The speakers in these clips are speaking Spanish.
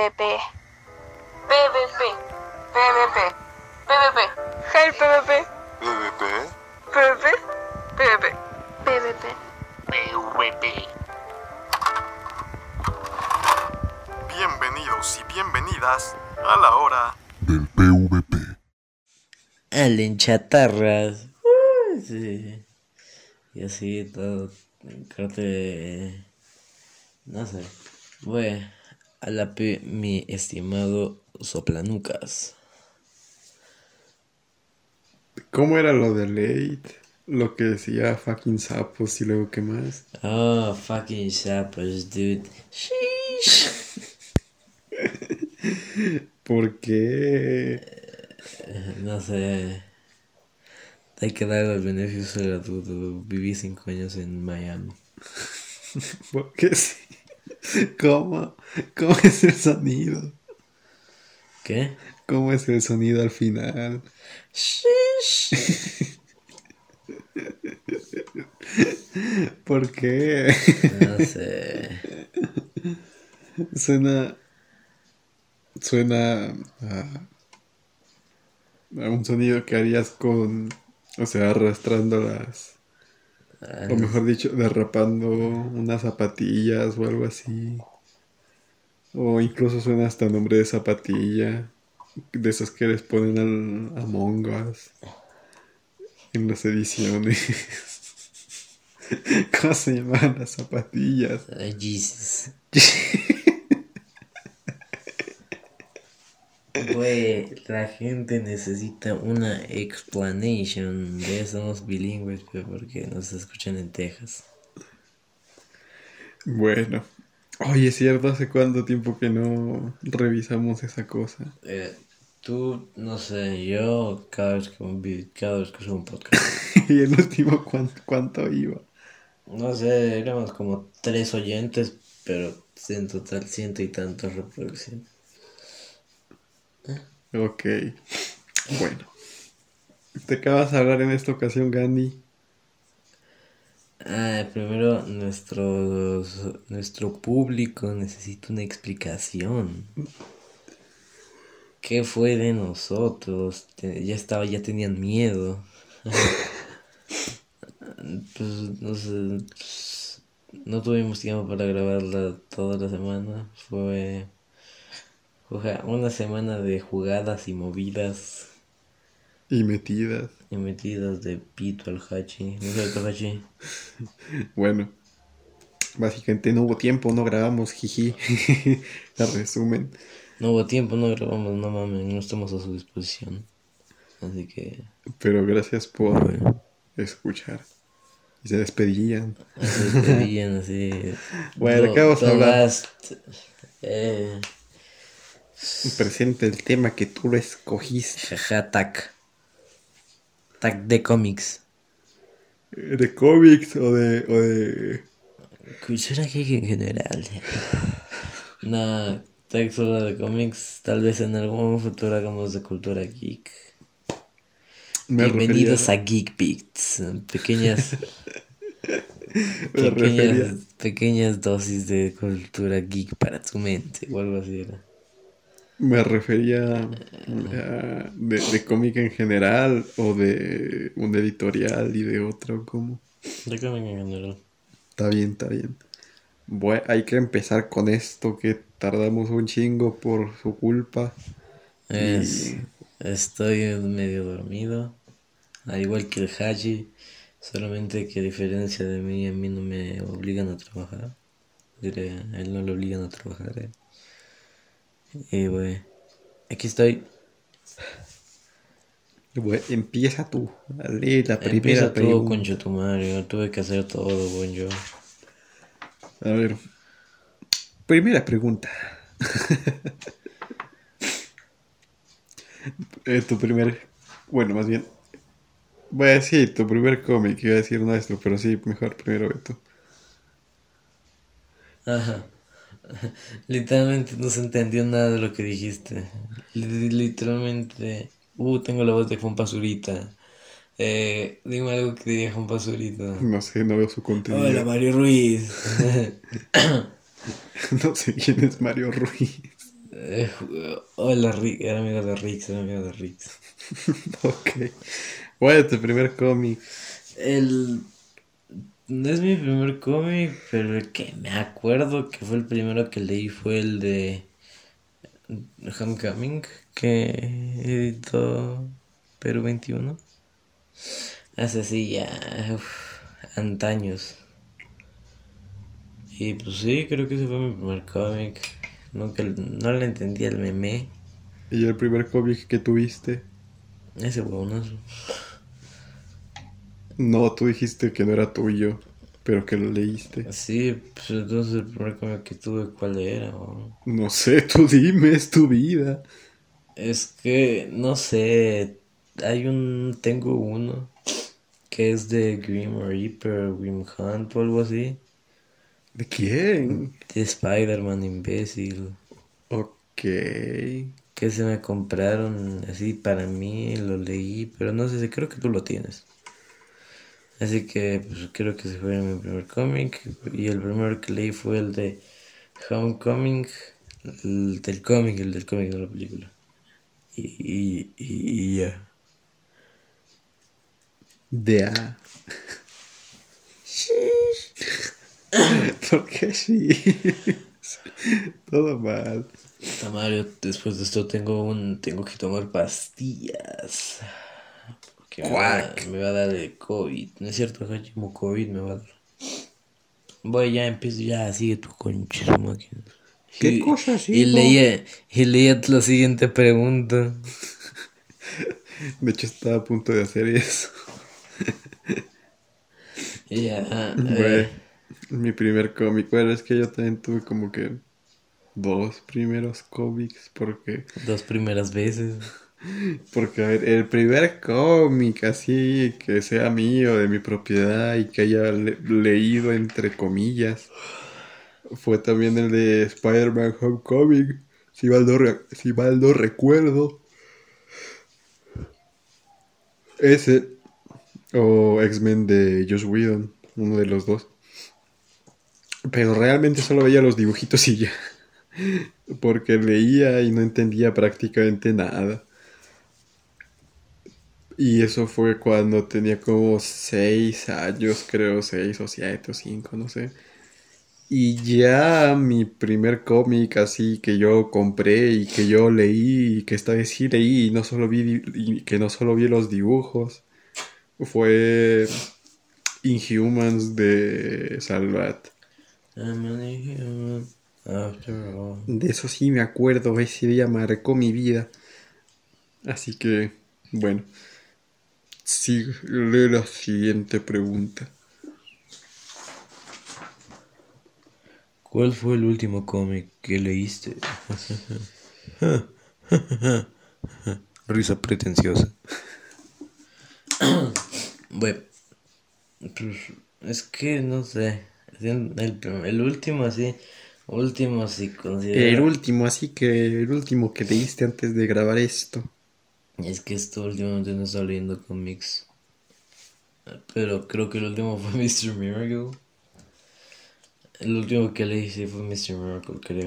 PvP. PvP. PvP. PvP. Hey PvP. PvP. PvP. PvP. PvP. PvP. Bienvenidos y bienvenidas a la hora del PvP. Allen chatarras. Sí. Y así todo. Creo que. No sé. Voy a la P, mi estimado Soplanucas. ¿Cómo era lo de late? Lo que decía fucking sapos y luego qué más. Oh, fucking sapos, dude. Sheesh. ¿Por qué? No sé. Hay que dar el beneficio de la duda. Viví 5 años en Miami. ¿Por qué sí? ¿Cómo? ¿Cómo es el sonido? ¿Qué? ¿Cómo es el sonido al final? Sheesh. ¿Por qué? No sé. Suena a un sonido que harías con, o sea, arrastrando las, o mejor dicho, derrapando unas zapatillas o algo así. O incluso suena hasta nombre de zapatilla, de esas que les ponen al Among Us en las ediciones. ¿Cómo se llaman las zapatillas? Jesus. Güey, la gente necesita una explanation. De eso somos bilingües, pero porque nos escuchan en Texas. Bueno. Oye, es cierto, ¿hace cuánto tiempo que no revisamos esa cosa? Tú, no sé, yo cada vez que subo un podcast. Y el último, ¿cuánto iba? No sé, éramos como 3 oyentes, pero en total 100 y tantas reproducciones. Ok. Bueno. ¿Te acabas de hablar en esta ocasión, Gandhi? Primero nuestro público necesita una explicación. ¿Qué fue de nosotros? Ya tenían miedo. Pues no sé, no tuvimos tiempo para grabarla toda la semana. Fue una semana de jugadas y movidas Y metidas. y metidas de pito al hachi. ¿No sabes qué es hachi? Bueno. Básicamente no hubo tiempo, no grabamos, jiji. La resumen. No hubo tiempo, no grabamos, no mames, no estamos a su disposición. Así que... Pero gracias por escuchar. Y se despedían. Se despedían así. Bueno, ¿de qué vamos a hablar? Eh, Presenta el tema que tú lo escogiste. Jaja, tac. Tac de cómics. ¿De cómics o de... Cultura geek en general. No, tac solo de cómics. Tal vez en algún futuro hagamos de cultura geek. Me Bienvenidos refería- a Geek Beats. Pequeñas... Me refería... pequeñas dosis de cultura geek para tu mente o algo así era. Me refería de cómic en general o de un editorial y de otro, ¿cómo? De cómic en general. Está bien, está bien. Bueno, hay que empezar con esto que tardamos un chingo por su culpa. Estoy medio dormido, al igual que el Haji, solamente que a diferencia de mí, a mí no me obligan a trabajar. Diré, a él no le obligan a trabajar. Y bueno, aquí estoy. Bueno, empieza tú. Dale, la primera Empieza tú, pregunta. concha tu madre, tuve que hacer todo, buen yo. A ver. Primera pregunta. Tu primer... Bueno, más bien... Voy a decir tu primer cómic. Iba a decir nuestro, pero sí, mejor primero Beto. Ajá. Literalmente no se entendió nada de lo que dijiste. Literalmente. Tengo la voz de Juan Pazurita. Dime algo que diría Juan Pazurita. No sé, no veo su contenido. Hola, Mario Ruiz. No sé quién es Mario Ruiz. Hola Rick, era amigo de Rick, era amigo de Rick. Ok. ¿Cuál es tu primer cómic? El... No es mi primer cómic, pero el que me acuerdo que fue el primero que leí fue el de Homecoming, que editó Perú 21. Hace así ya antaños. Y pues sí, creo que ese fue mi primer cómic. Nunca, no le entendía el meme. ¿Y el primer cómic que tuviste? Ese huevonazo. No, tú dijiste que no era tuyo, pero que lo leíste. Sí, pues entonces el primer cómic que tuve, ¿cuál era? No sé, tú dime, es tu vida. Es que, no sé, tengo uno que es de Grim Reaper, Grim Hunt o algo así. ¿De quién? De Spider-Man imbécil. Ok. Que se me compraron así para mí, lo leí, pero no sé, creo que tú lo tienes. Así que pues, creo que ese fue mi primer cómic. Y el primero que leí fue el de Homecoming, el del cómic, de la película. Y ya. De A. ¿Por qué sí? Todo mal. Tamario, después de esto tengo que tomar pastillas. Porque Cuac. me va a dar el COVID. No es cierto, Hachimo, COVID me va a dar. Voy, ya empiezo, ya, sigue tu concha, su máquina. ¿Qué cosa Y sigo? leía la siguiente pregunta. De hecho, estaba a punto de hacer eso. Ya, Bueno, mi primer cómic. Bueno, es que yo también tuve como que dos primeros cómics. dos primeras veces. Porque, a ver, el primer cómic así que sea mío, de mi propiedad y que haya leído entre comillas, fue también el de Spider-Man Homecoming. Si mal no recuerdo. Ese. O X-Men de Joss Whedon. Uno de los dos. Pero realmente solo veía los dibujitos y ya. Porque leía y no entendía prácticamente nada. Y eso fue cuando tenía como 6 años, creo, 6 o 7 o 5, no sé. Y ya mi primer cómic así que yo compré y que yo leí y que esta vez sí leí y que no solo vi los dibujos, fue Inhumans de Salvat. I'm only human after all. De eso sí me acuerdo, ese día marcó mi vida. Así que, bueno, sí, lee la siguiente pregunta. ¿Cuál fue el último cómic que leíste? Risa pretenciosa. Bueno, pues, es que no sé. El último así. Último si considero. El último que leíste antes de grabar esto. Es que esto últimamente no está leyendo cómics. Pero creo que el último fue Mr. Miracle. El último que leí sí fue Mr. Miracle, creo.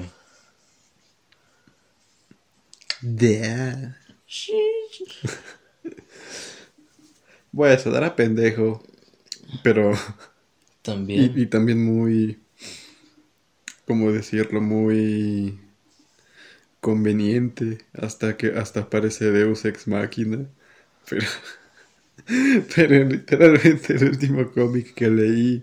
Voy a sonar a pendejo, pero... También. Y también muy... ¿Cómo decirlo? Muy conveniente. Hasta parece Deus Ex Machina. Pero... Pero literalmente el último cómic que leí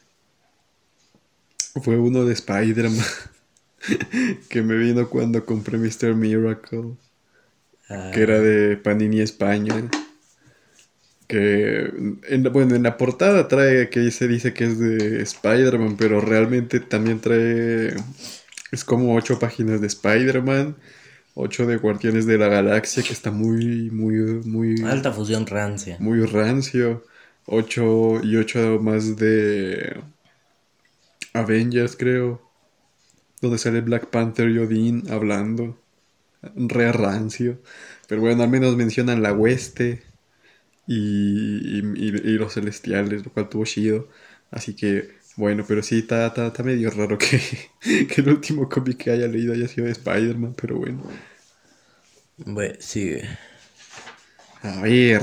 fue uno de Spider-Man. Que me vino cuando compré Mr. Miracle. Que era de Panini España. Que en la portada trae que dice que es de Spider-Man, pero realmente también trae, es como 8 páginas de Spider-Man, 8 de Guardianes de la Galaxia, que está muy Alta fusión rancia. muy rancio, 8 y 8 más de Avengers, creo, donde sale Black Panther y Odin hablando, re rancio, pero bueno, al menos mencionan la hueste y los celestiales, lo cual tuvo chido. Así que Bueno, pero sí, está medio raro que, que el último cómic que haya leído haya sido de Spider-Man, pero bueno. Bueno, sigue. A ver.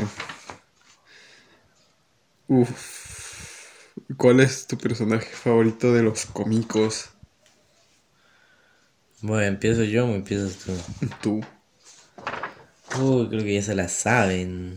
Uf. ¿Cuál es tu personaje favorito de los cómicos? Bueno, ¿empiezo yo o empiezas tú? Tú. Creo que ya se la saben.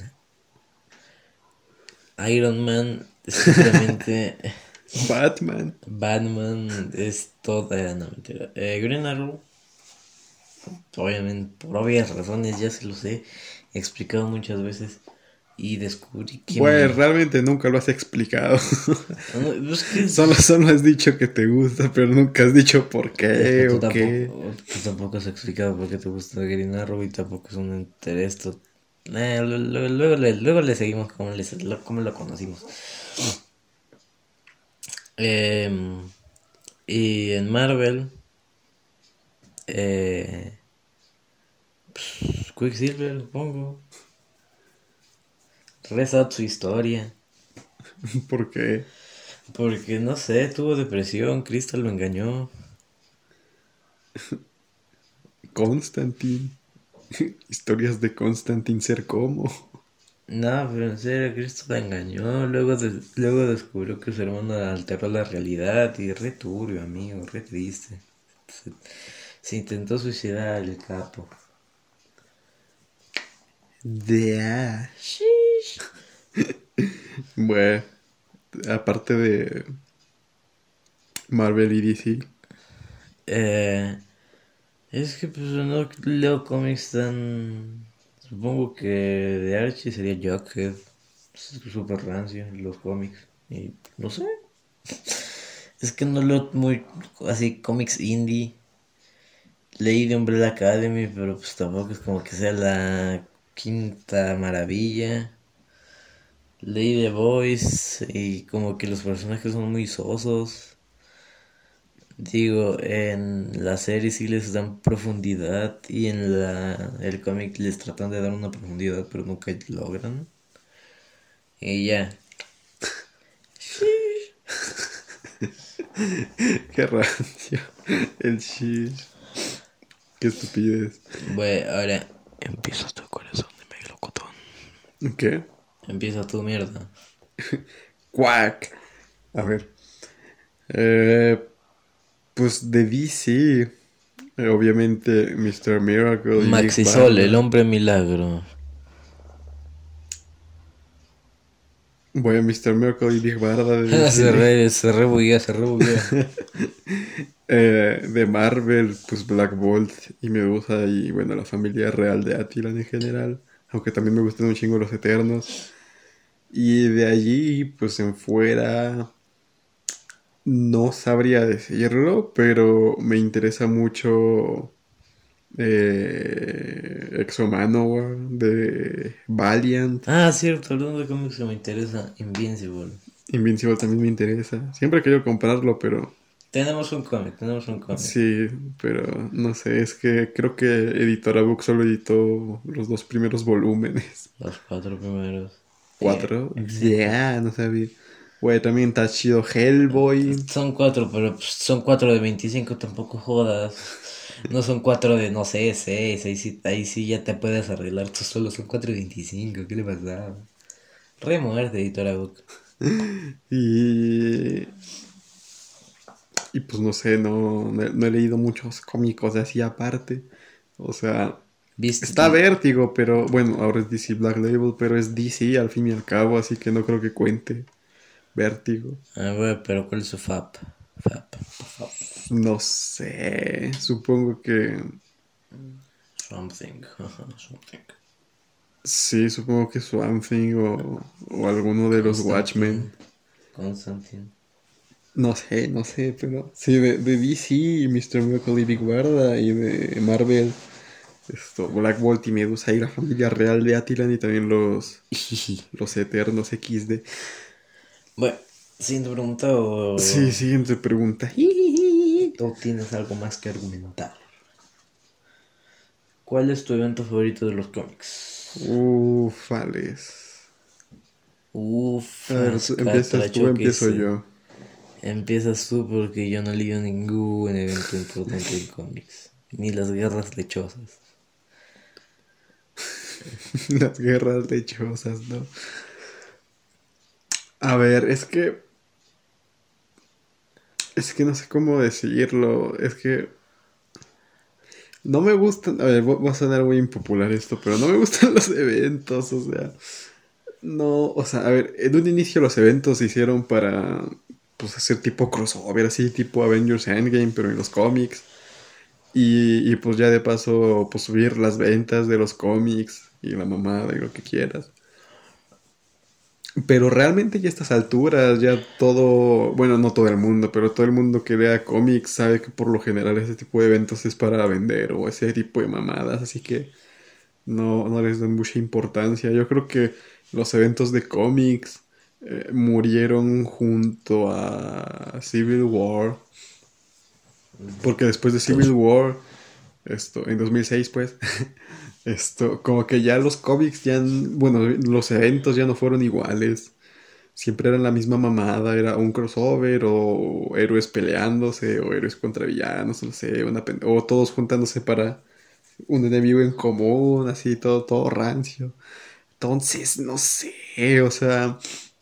Iron Man, simplemente Batman. Batman es toda. No, mentira. Green Arrow, obviamente, por obvias razones, ya se los he explicado muchas veces. Y descubrí que Bueno, realmente nunca lo has explicado. No, es que Solo has dicho que te gusta, pero nunca has dicho por qué tú o qué. tampoco has explicado por qué te gusta Green Arrow y tampoco es un interés. Luego le seguimos cómo lo conocimos. Y en Marvel, Quicksilver, supongo. Reza su historia. ¿Por qué? Porque no sé, tuvo depresión, Crystal lo engañó. Constantine. Historias de Constantine ser como. No, pero en serio, Cristo la engañó. Luego descubrió que su hermano alteró la realidad y re turbio, amigo, re triste. Se, se intentó suicidar el capo. De Bueno, aparte de Marvel y DC. Es que pues no leo cómics tan... Supongo que de Archie sería Jughead. Es súper rancio los cómics. Y no sé. Es que no leo muy así cómics indie. Leí de Umbrella Academy, pero pues tampoco es como que sea la quinta maravilla. Leí The Voice y como que los personajes son muy sosos. Digo, en la serie sí les dan profundidad y en el cómic les tratan de dar una profundidad, pero nunca logran. Y ya. Qué rancio. El shish. Qué estupidez. Bueno, ahora empieza tu corazón de melocotón. ¿Qué? Empieza tu mierda. Quack. A ver. Eh, pues de DC. Obviamente Mr. Miracle y Big Maxisol, Barda. el hombre milagro. Voy a Mr. Miracle y Big Barda de DC. se rebuguea. De Marvel, pues Black Bolt y Medusa y bueno, la familia real de Attilan en general. Aunque también me gustan un chingo los Eternos. Y de allí, pues en fuera, no sabría decirlo, pero me interesa mucho Exo Manowar de Valiant. Ah, cierto, hablando de cómics que me interesa, Invincible. Invincible también me interesa. Siempre he querido comprarlo, pero Tenemos un cómic. sí, pero no sé, es que creo que Editora Book solo editó los 2 primeros volúmenes. Los 4 primeros. 4, Exacto. ya, no sabía. Güey, también está chido Hellboy. Son 4, pero pues, son 4 de 25, tampoco jodas. No son 4 de, no sé, 6. Ahí sí ya te puedes arreglar tú solo. Son 4 de 25. ¿Qué le pasa? Re muerte, Editora Book. Y, y pues no sé, no he leído muchos cómicos de así aparte. O sea, ¿Viste? está Vértigo, pero bueno, ahora es DC Black Label, pero es DC al fin y al cabo, así que no creo que cuente Vértigo. A ver, pero ¿cuál es su FAP? No sé, supongo que Something. Something. sí, supongo que Swamp Thing o alguno de los Watchmen. Constantine. No sé, pero sí, de DC, Mr. Miracle y Big Barda y de Marvel, Black Bolt y Medusa y la familia real de Attilan y también los Eternos XD. Bueno, siguiente pregunta o... Sí, siguiente pregunta. ¿Tú tienes algo más que argumentar? ¿Cuál es tu evento favorito de los cómics? Ufales. Uf, A ver, ¿empiezas tú o empiezo yo? Empiezas tú porque yo no leo ningún evento importante en cómics. Ni las guerras lechosas. Las guerras lechosas, ¿no? A ver, es que no sé cómo decirlo. Es que no me gustan. A ver, va a sonar muy impopular esto, pero no me gustan los eventos. O sea, no. O sea, a ver, en un inicio los eventos se hicieron para pues hacer tipo crossover, así, tipo Avengers Endgame, pero en los cómics. Y pues ya de paso, pues subir las ventas de los cómics y la mamada y lo que quieras. Pero realmente ya a estas alturas, ya todo, bueno, no todo el mundo, pero todo el mundo que lea cómics sabe que por lo general ese tipo de eventos es para vender o ese tipo de mamadas, así que no les dan mucha importancia. Yo creo que los eventos de cómics murieron junto a Civil War, porque después de Civil War, en 2006 pues, como que ya los cómics ya, bueno, los eventos ya no fueron iguales. Siempre era la misma mamada, era un crossover o héroes peleándose o héroes contra villanos, no sé, o todos juntándose para un enemigo en común, así todo rancio. Entonces, no sé, o sea,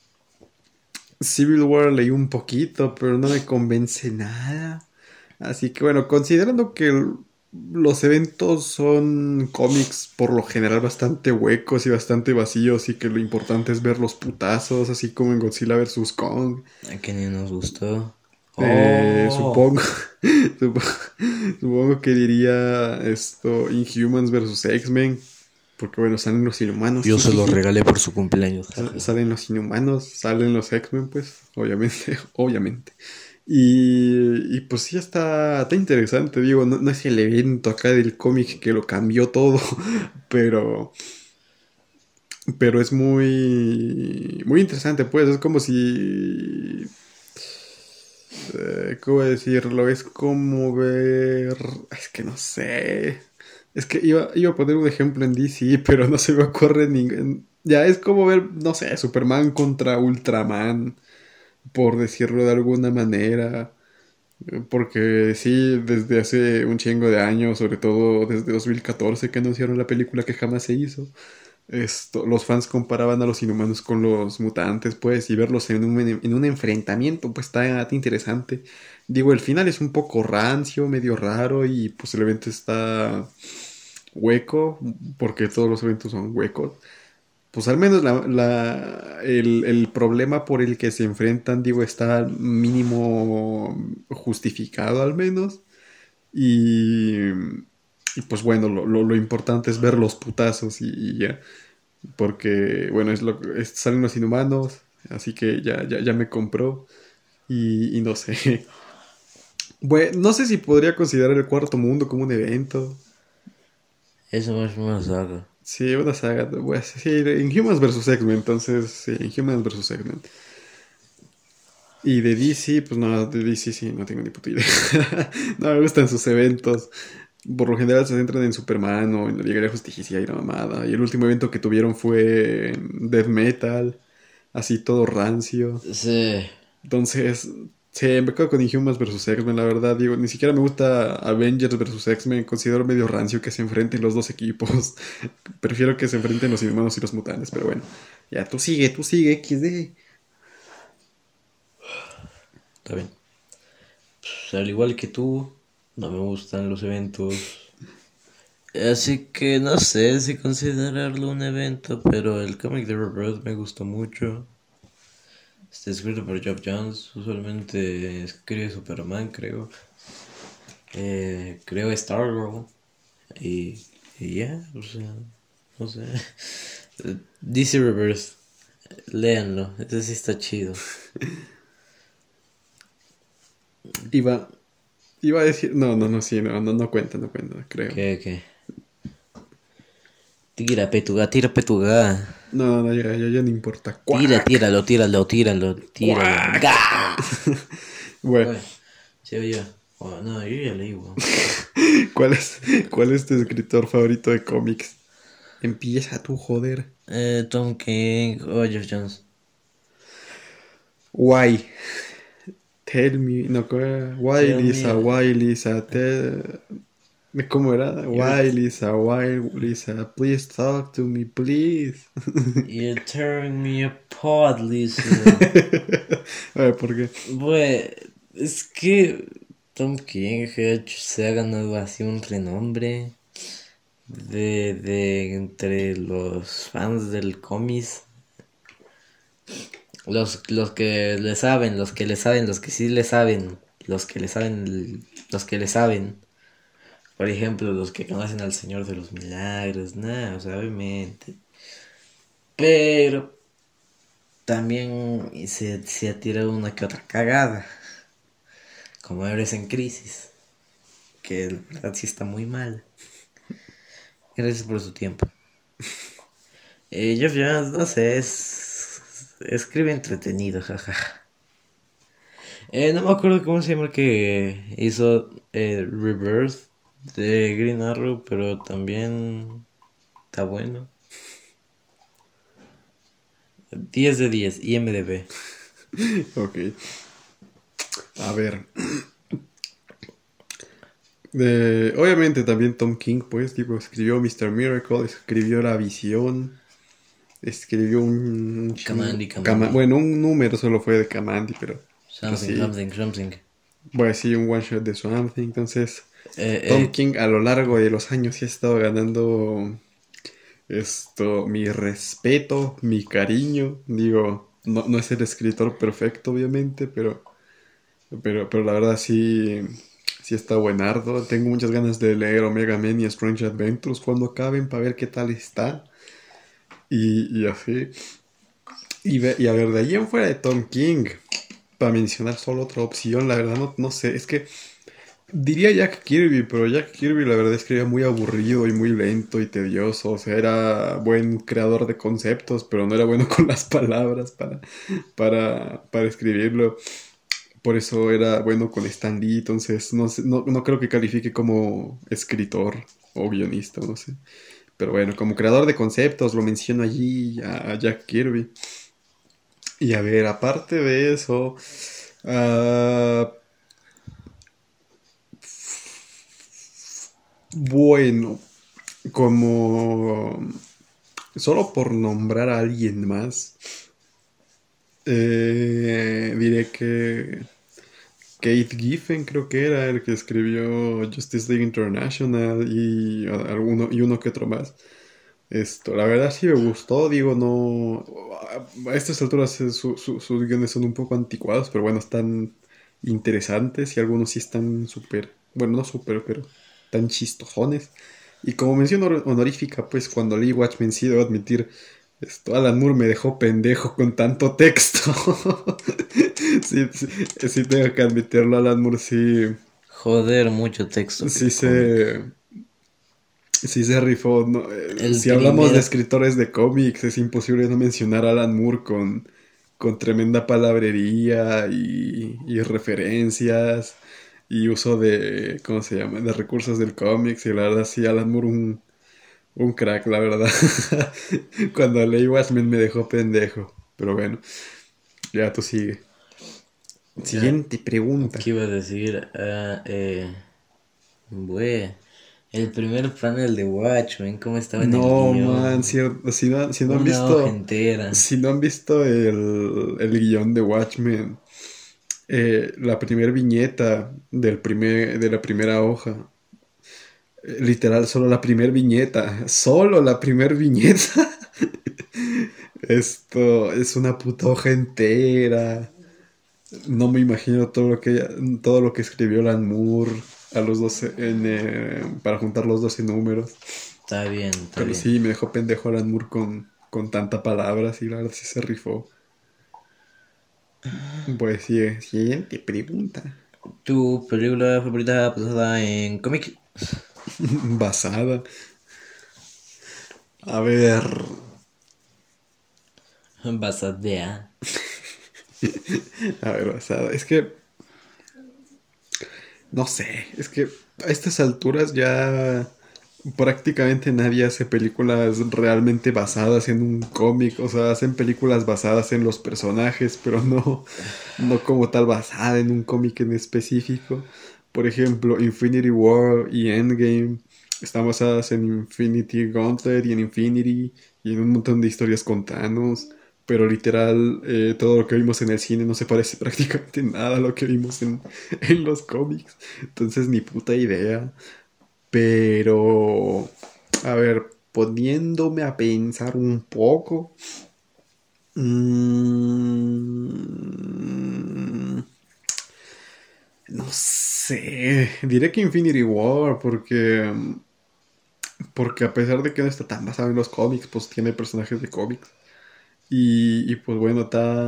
Civil War leí un poquito, pero no me convence nada. Así que bueno, considerando que los eventos son cómics por lo general bastante huecos y bastante vacíos y que lo importante es ver los putazos, así como en Godzilla vs. Kong. A que ni nos gustó. Supongo, supongo, supongo que diría Inhumans vs. X-Men, porque bueno, salen los inhumanos. Yo se lo regalé por su cumpleaños. Salen los inhumanos, salen los X-Men, pues, obviamente, obviamente. Y pues sí, está interesante, digo, no es el evento acá del cómic que lo cambió todo, pero, pero es muy interesante, pues, es como si, ¿cómo decirlo? Es como ver, es que no sé, es que iba a poner un ejemplo en DC, pero no se me ocurre ningún, ya es como ver, no sé, Superman contra Ultraman, por decirlo de alguna manera. Porque sí, desde hace un chingo de años, sobre todo desde 2014 que anunciaron la película que jamás se hizo, los fans comparaban a los inhumanos con los mutantes, pues, y verlos en un enfrentamiento, pues está interesante. Digo, el final es un poco rancio, medio raro, y pues el evento está hueco, porque todos los eventos son huecos. Pues al menos el problema por el que se enfrentan, digo, está mínimo justificado al menos. Y, y pues bueno, lo importante es ver los putazos y ya. Porque, bueno, salen los inhumanos, así que ya me compró. Y no sé. Bueno, no sé si podría considerar el Cuarto Mundo como un evento. Eso más o menos hago. Sí, una saga. Pues, sí, Inhumans vs. X-Men, entonces, sí, Inhumans vs. X-Men. Y de DC, pues no, de DC sí, no tengo ni puta idea. No me gustan sus eventos. Por lo general se centran en Superman o en la Liga de la Justicia y la mamada. Y el último evento que tuvieron fue Death Metal, así todo rancio. Sí. Entonces, sí, me quedo con Inhumans vs. X-Men, la verdad. Digo, ni siquiera me gusta Avengers vs. X-Men. Considero medio rancio que se enfrenten los dos equipos. Prefiero que se enfrenten los inhumanos y los mutantes, pero bueno. Ya, tú sigue, XD. Está bien. Pues, al igual que tú, no me gustan los eventos. Así que no sé si considerarlo un evento, pero el cómic de Rebirth me gustó mucho. Está escrito por Geoff Johns, usualmente escribe Superman, creo. Creo Stargirl. Y ya, o sea, no sé. DC Rebirth, léanlo, ese sí está chido. Iba a decir. Sí, no cuenta, creo. ¿Qué? Tira petuga. No, ya no importa. Tíralo. ¡Gah! Bueno, Sí, oye. Oh, no, yo ya leí, weón. ¿cuál es tu escritor favorito de cómics? Empieza tú, joder. Tom King o Geoff Jones. Guay. tell me, no, Tell me. while is a tell, ¿cómo era? While is a please talk to me, please. You're tearing me apart, Lisa. A ver, ¿por qué? Pues, es que Tom King se ha ganado así un renombre de entre los fans del cómics. Los que le saben, los que le saben, los que sí le saben, los que le saben, los que le saben. Por ejemplo, los que conocen al Señor de los Milagros, nada, o sea, obviamente. Pero también se ha tirado una que otra cagada. Como Héroes en Crisis. Que la verdad sí está muy mal. Gracias por su tiempo. Jeff Jones, no sé, escribe entretenido, jaja. No me acuerdo cómo se llama el que hizo Rebirth de Green Arrow, pero también está bueno. 10 de 10, IMDb. Ok. A ver. Obviamente también Tom King, pues, tipo, escribió Mr. Miracle, escribió La Visión, escribió un Kamandi. bueno, un número solo fue de Kamandi, pero sí, Something. bueno, sí, un one shot de Something. Entonces, Eh, Tom eh, King a lo largo de los años sí ha estado ganando mi respeto, mi cariño. Digo, no es el escritor perfecto, obviamente, pero la verdad sí está buenardo. Tengo muchas ganas de leer Omega Men y Strange Adventures cuando acaben para ver qué tal está. Y así. Y a ver, de ahí en fuera de Tom King, para mencionar solo otra opción, la verdad no sé, es que diría Jack Kirby, pero Jack Kirby la verdad escribía muy aburrido y muy lento y tedioso. O sea, era buen creador de conceptos, pero no era bueno con las palabras para escribirlo. Por eso era bueno con Stan Lee, entonces no creo que califique como escritor o guionista, no sé. Pero bueno, como creador de conceptos lo menciono allí a Jack Kirby. Y a ver, aparte de eso, ah, bueno, como solo por nombrar a alguien más, diré que Kate Giffen creo que era el que escribió Justice League International y uno que otro más. La verdad sí me gustó, digo, no... A estas alturas sus guiones son un poco anticuados, pero bueno, están interesantes y algunos sí están súper, bueno, no súper, pero tan chistosones. Y como mención honorífica, pues cuando leí Watchmen sí debo admitir, Alan Moore me dejó pendejo con tanto texto. Sí tengo que admitirlo, Alan Moore joder, mucho texto que sí el cómic. sí se rifó, ¿no? El Si hablamos de primer escritores de cómics, es imposible no mencionar a Alan Moore con tremenda palabrería y referencias y uso de, ¿cómo se llama? De recursos del cómics. Y la verdad, sí, Alan Moore un crack, la verdad. Cuando leí Watchmen me dejó pendejo. Pero bueno, ya tú sigue. Siguiente pregunta. ¿Qué iba a decir? Bue, el primer panel de Watchmen, cómo estaba en el No, man, guión. si no han Una hoja visto, entera. si no han visto el guión de Watchmen, la primer viñeta de la primera hoja, literal, solo la primer viñeta, esto es una puta hoja entera. No me imagino todo lo que escribió Alan Moore a los 12 para juntar los 12 números. Está bien, está Pero bien. sí, me dejó pendejo Alan Moore con tanta palabra, sí, la verdad sí se rifó. Pues sí, siguiente pregunta. ¿Tu película favorita basada en cómic? Basada. A ver. Basadea. A ver, basada. Es que. No sé. Es que a estas alturas ya. prácticamente nadie hace películas realmente basadas en un cómic. O sea, hacen películas basadas en los personajes, pero no como tal basada en un cómic en específico. Por ejemplo, Infinity War y Endgame están basadas en Infinity Gauntlet y en Infinity y en un montón de historias con Thanos. Pero literal, todo lo que vimos en el cine no se parece prácticamente nada a lo que vimos en los cómics. Entonces, ni puta idea. Pero, a ver, poniéndome a pensar un poco. No sé. Diré que Infinity War, porque a pesar de que no está tan basado en los cómics, pues tiene personajes de cómics. Y pues bueno,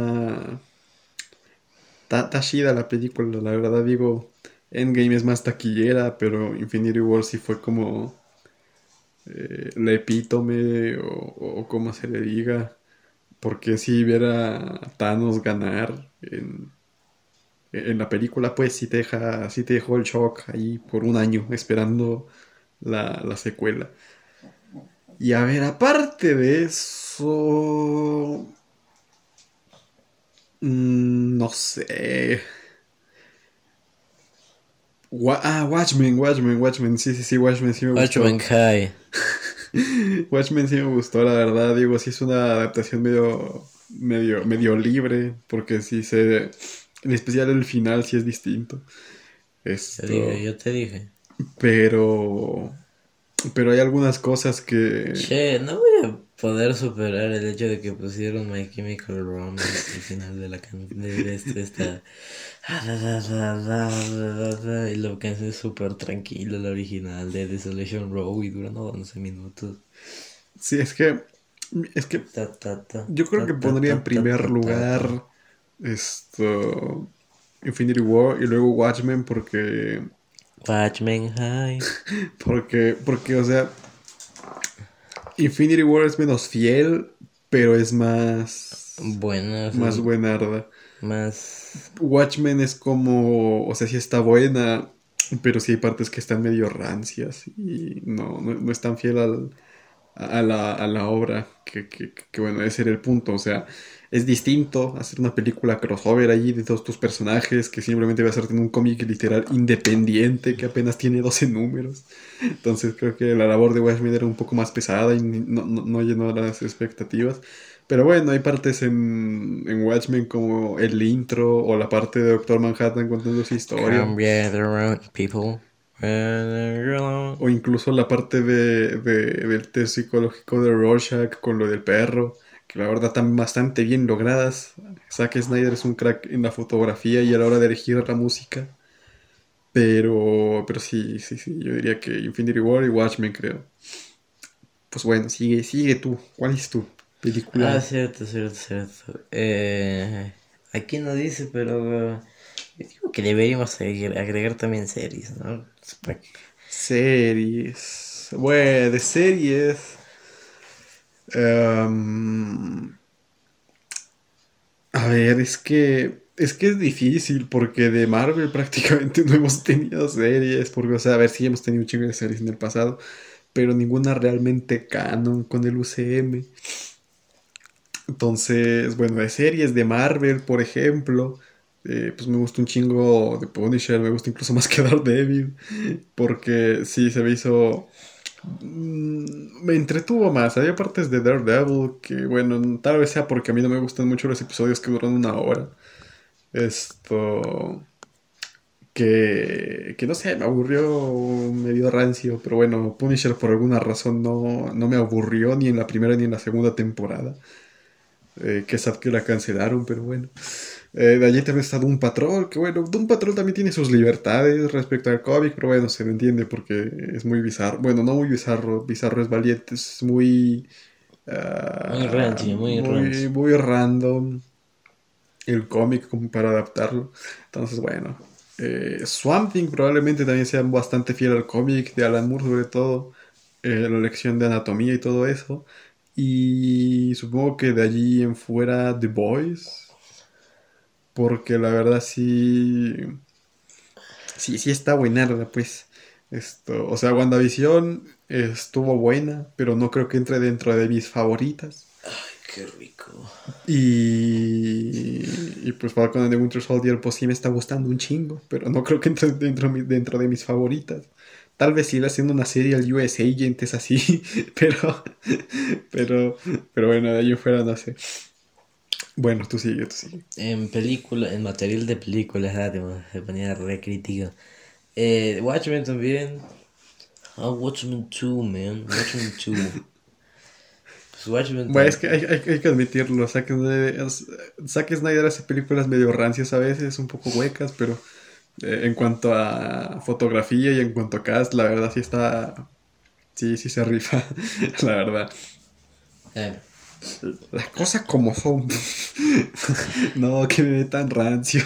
está chida la película, la verdad digo. Endgame es más taquillera, pero Infinity War sí fue como la epítome o como se le diga. Porque si viera a Thanos ganar en la película, pues sí te dejó el shock ahí por un año esperando la secuela. Y a ver, aparte de eso, no sé. Watchmen, sí, Watchmen sí me gustó. Watchmen High. Watchmen sí me gustó, la verdad, digo, sí es una adaptación medio libre, porque en especial el final sí es distinto. Yo te dije. Pero, pero hay algunas cosas que, Che, no voy a poder superar el hecho de que pusieron My Chemical Romance al final de la canción esta. Y la canción es súper tranquila, la original de Desolation Row y dura 11 minutos. sí, es que Ta, ta, ta, yo creo ta, que ta, pondría en ta, ta, primer ta, ta, lugar Infinity War y luego Watchmen Watchmen High. o sea, Infinity War es menos fiel, pero es Buena, más buenarda. más. Watchmen es como, o sea, sí está buena, pero sí hay partes que están medio rancias y no es tan fiel a la obra, que bueno, ese era el punto, o sea, es distinto hacer una película crossover allí de todos tus personajes que simplemente va a ser en un cómic literal independiente que apenas tiene 12 números. Entonces creo que la labor de Watchmen era un poco más pesada y no llenó las expectativas. Pero bueno, hay partes en Watchmen como el intro o la parte de Doctor Manhattan contando su historia. Come gather people. O incluso la parte del test psicológico de Rorschach con lo del perro, que la verdad están bastante bien logradas. Zack Snyder es un crack en la fotografía y a la hora de elegir la música. Pero sí, yo diría que Infinity War y Watchmen, creo. Pues bueno, sigue tú. ¿Cuál es tu película? Cierto. Aquí no dice, pero yo digo que deberíamos agregar también series, ¿no? Series. Bueno, de series. em, A ver, es difícil porque de Marvel prácticamente no hemos tenido series, porque, o sea, a ver, sí hemos tenido un chingo de series en el pasado, pero ninguna realmente canon con el UCM. Entonces, bueno, de series de Marvel, por ejemplo, pues me gusta un chingo de Punisher, me gusta incluso más que Daredevil, porque sí, se me hizo... me entretuvo más. Había partes de Daredevil que, bueno, tal vez sea porque a mí no me gustan mucho los episodios que duran una hora. Esto. Que no sé, me aburrió medio rancio. Pero bueno, Punisher por alguna razón no me aburrió ni en la primera ni en la segunda temporada. Que sad que la cancelaron, pero bueno. De allí también está Doom Patrol, que bueno, Doom Patrol también tiene sus libertades respecto al cómic, pero bueno, se lo entiende porque es muy bizarro. Bueno, no muy bizarro, bizarro es valiente, es muy... Muy rancio, muy rancio. muy random el cómic como para adaptarlo. Entonces, bueno. Swamp Thing probablemente también sea bastante fiel al cómic de Alan Moore, sobre todo. La lección de anatomía y todo eso. Y supongo que de allí en fuera The Boys. Porque la verdad sí. Sí está buenarda, pues. O sea, WandaVision estuvo buena, pero no creo que entre dentro de mis favoritas. Qué rico. Y pues Falcon and the Winter Soldier, pues sí me está gustando un chingo, pero no creo que entre dentro de mis favoritas. Tal vez siga haciendo una serie al US Agent, es así, pero, pero bueno, de ahí en fuera no sé. Bueno, tú sigue, tú sigue. En material de películas, se ponía re crítico. Watchmen también. Watchmen 2, man. Watchmen 2. Pues Watchmen Bueno, es que hay que admitirlo, Zack Snyder hace películas medio rancias a veces, un poco huecas, pero en cuanto a fotografía y en cuanto a cast, la verdad sí está... Sí, sí se rifa, la verdad. Eh, Las cosas como son. No, que me ve tan rancio.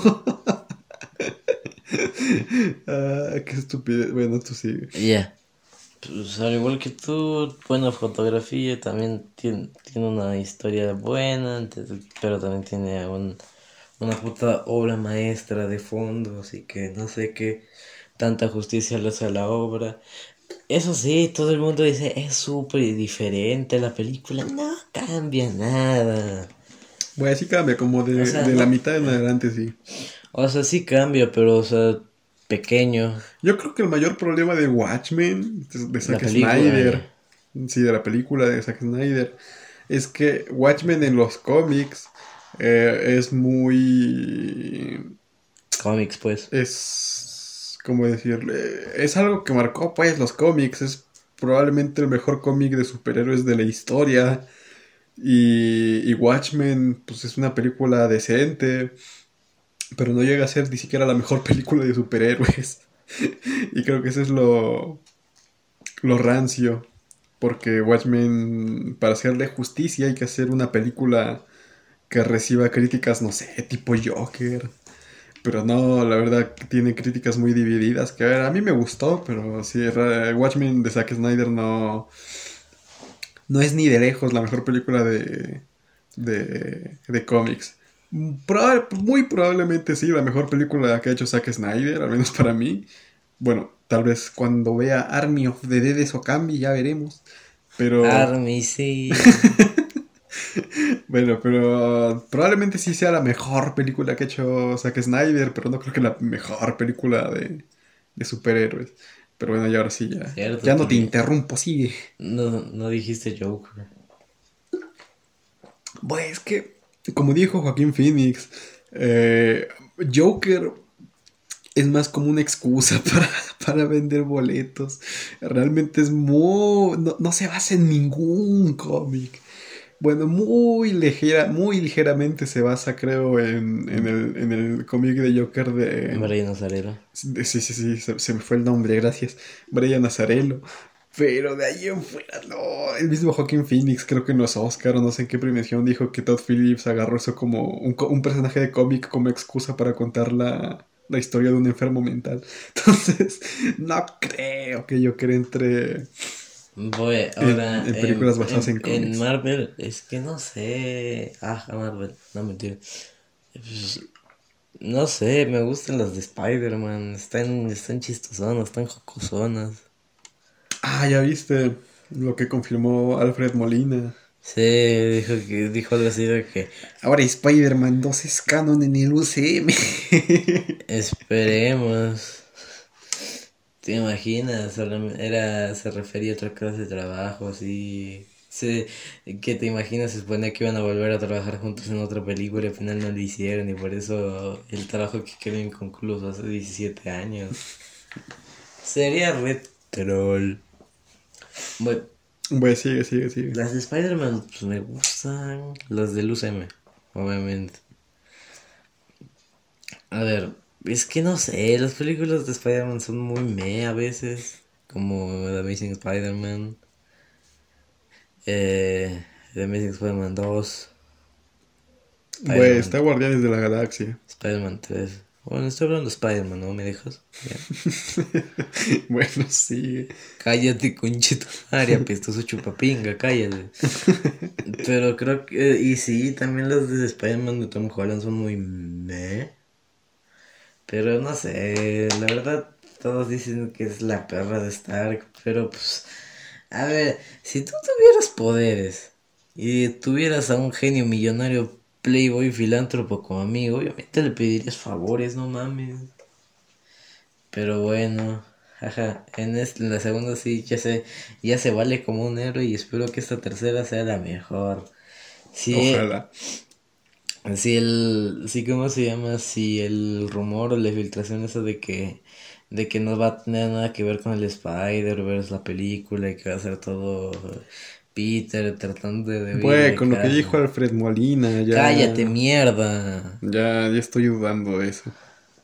Qué estupidez. Bueno, tú sigue. Ya. Pues al igual que tú, buena fotografía, también tiene una historia buena, pero también tiene una puta obra maestra de fondo, así que no sé qué tanta justicia le hace a la obra. Eso sí, todo el mundo dice, es súper diferente la película, no cambia nada. Bueno, sí cambia, como O sea, de la no, mitad en adelante, sí. o sea, sí cambia, pero, o sea, pequeño. Yo creo que el mayor problema de Watchmen, de La Zack película, Snyder, sí, de la película de Zack Snyder, es que Watchmen en los cómics es muy... cómics, pues. Es, ¿cómo decirle? Es algo que marcó pues los cómics, es probablemente el mejor cómic de superhéroes de la historia y Watchmen pues es una película decente, pero no llega a ser ni siquiera la mejor película de superhéroes y creo que eso es lo rancio, porque Watchmen, para hacerle justicia hay que hacer una película que reciba críticas, no sé, tipo Joker. Pero no, la verdad que tiene críticas muy divididas. Que a ver, a mí me gustó, pero sí, Watchmen de Zack Snyder no es ni de lejos la mejor película de cómics. Muy probablemente sí, la mejor película que ha hecho Zack Snyder, al menos para mí. Bueno, tal vez cuando vea Army of the Dead eso cambie, ya veremos. Pero Army, sí. bueno, pero probablemente sí sea la mejor película que ha hecho Zack Snyder, pero no creo que la mejor película de superhéroes. Pero bueno, y ahora sí, Cierto, ya no te también. interrumpo, sigue. No dijiste Joker. Bueno, es que, como dijo Joaquín Phoenix, Joker es más como una excusa para vender boletos. Realmente es muy... No se basa en ningún cómic. Bueno, muy ligeramente se basa, creo, en el cómic de Joker Brian Nazareno. sí, sí, sí, se me fue el nombre, gracias. Brian Azzarello. Pero de ahí en fuera, no. El mismo Joaquin Phoenix, creo que en los Oscar o no sé en qué premiación, dijo que Todd Phillips agarró eso como un personaje de cómic como excusa para contar la historia de un enfermo mental. Entonces, no creo que Joker entre Voy ahora en películas basadas en en cómics. Marvel. Es que no sé. Marvel. No, mentira. Pues, no sé, me gustan las de Spider-Man. Están chistosonas, están jocosonas. Ah, ya viste lo que confirmó Alfred Molina. Sí, dijo algo así de que Ahora Spider-Man 2 es canon en el UCM. esperemos. ¿Te imaginas? Se refería a otra clase de trabajo, así. Sí, que te imaginas, se supone que iban a volver a trabajar juntos en otra película y al final no lo hicieron y por eso el trabajo que quedó inconcluso hace 17 años. Sería re troll. Bueno, Bueno, sigue. las de Spider-Man pues me gustan, las del UCM, obviamente. A ver, es que no sé, las películas de Spider-Man son muy meh a veces, como The Amazing Spider-Man, The Amazing Spider-Man 2, Bueno, Spider-Man, está Guardianes de la Galaxia. Spider-Man 3. Bueno, estoy hablando de Spider-Man, ¿no me dejas? Ya. Bueno, sí. Cállate, conchito, María, apestoso chupapinga, cállate. Pero creo que, y sí, también las de Spider-Man de Tom Holland son muy meh. Pero no sé, la verdad, todos dicen que es la perra de Stark, pero pues, a ver, si tú tuvieras poderes y tuvieras a un genio millonario, playboy, filántropo como amigo, obviamente le pedirías favores, no mames. Pero bueno, jaja, en la segunda sí, ya se vale como un héroe y espero que esta tercera sea la mejor. Sí, Ojalá. sí, ¿cómo se llama? Si el rumor o la filtración esa de que no va a tener nada que ver con el Spider-Verse, la película, y que va a ser todo Peter tratando de huir Bueno, de con lo que dijo casa. Alfred Molina, ya. Cállate, mierda. Ya estoy dudando de eso.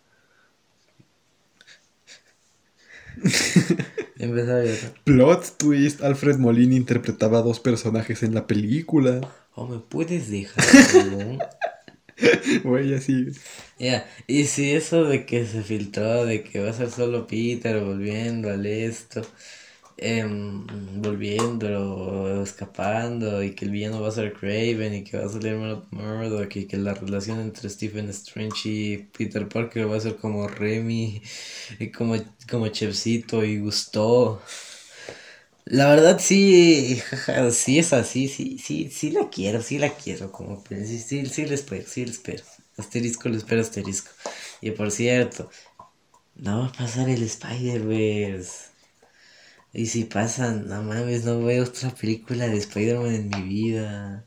Empezaba yo. Plot twist: Alfred Molina interpretaba a dos personajes en la película. Oh, ¿me puedes dejar, huevón? Güey, así. Ya, y si eso de que se filtró, de que va a ser solo Peter volviendo al esto, volviendo o escapando, y que el villano va a ser Craven, y que va a salir Murdoch, y que la relación entre Stephen Strange y Peter Parker va a ser como Remy, y como Chefcito y Gusteau. La verdad sí, jaja, sí es así, sí la quiero, como que sí le espero. Asterisco, le espero asterisco. Y por cierto, no va a pasar el Spider-Verse. Y si pasa, no mames, no veo otra película de Spider-Man en mi vida.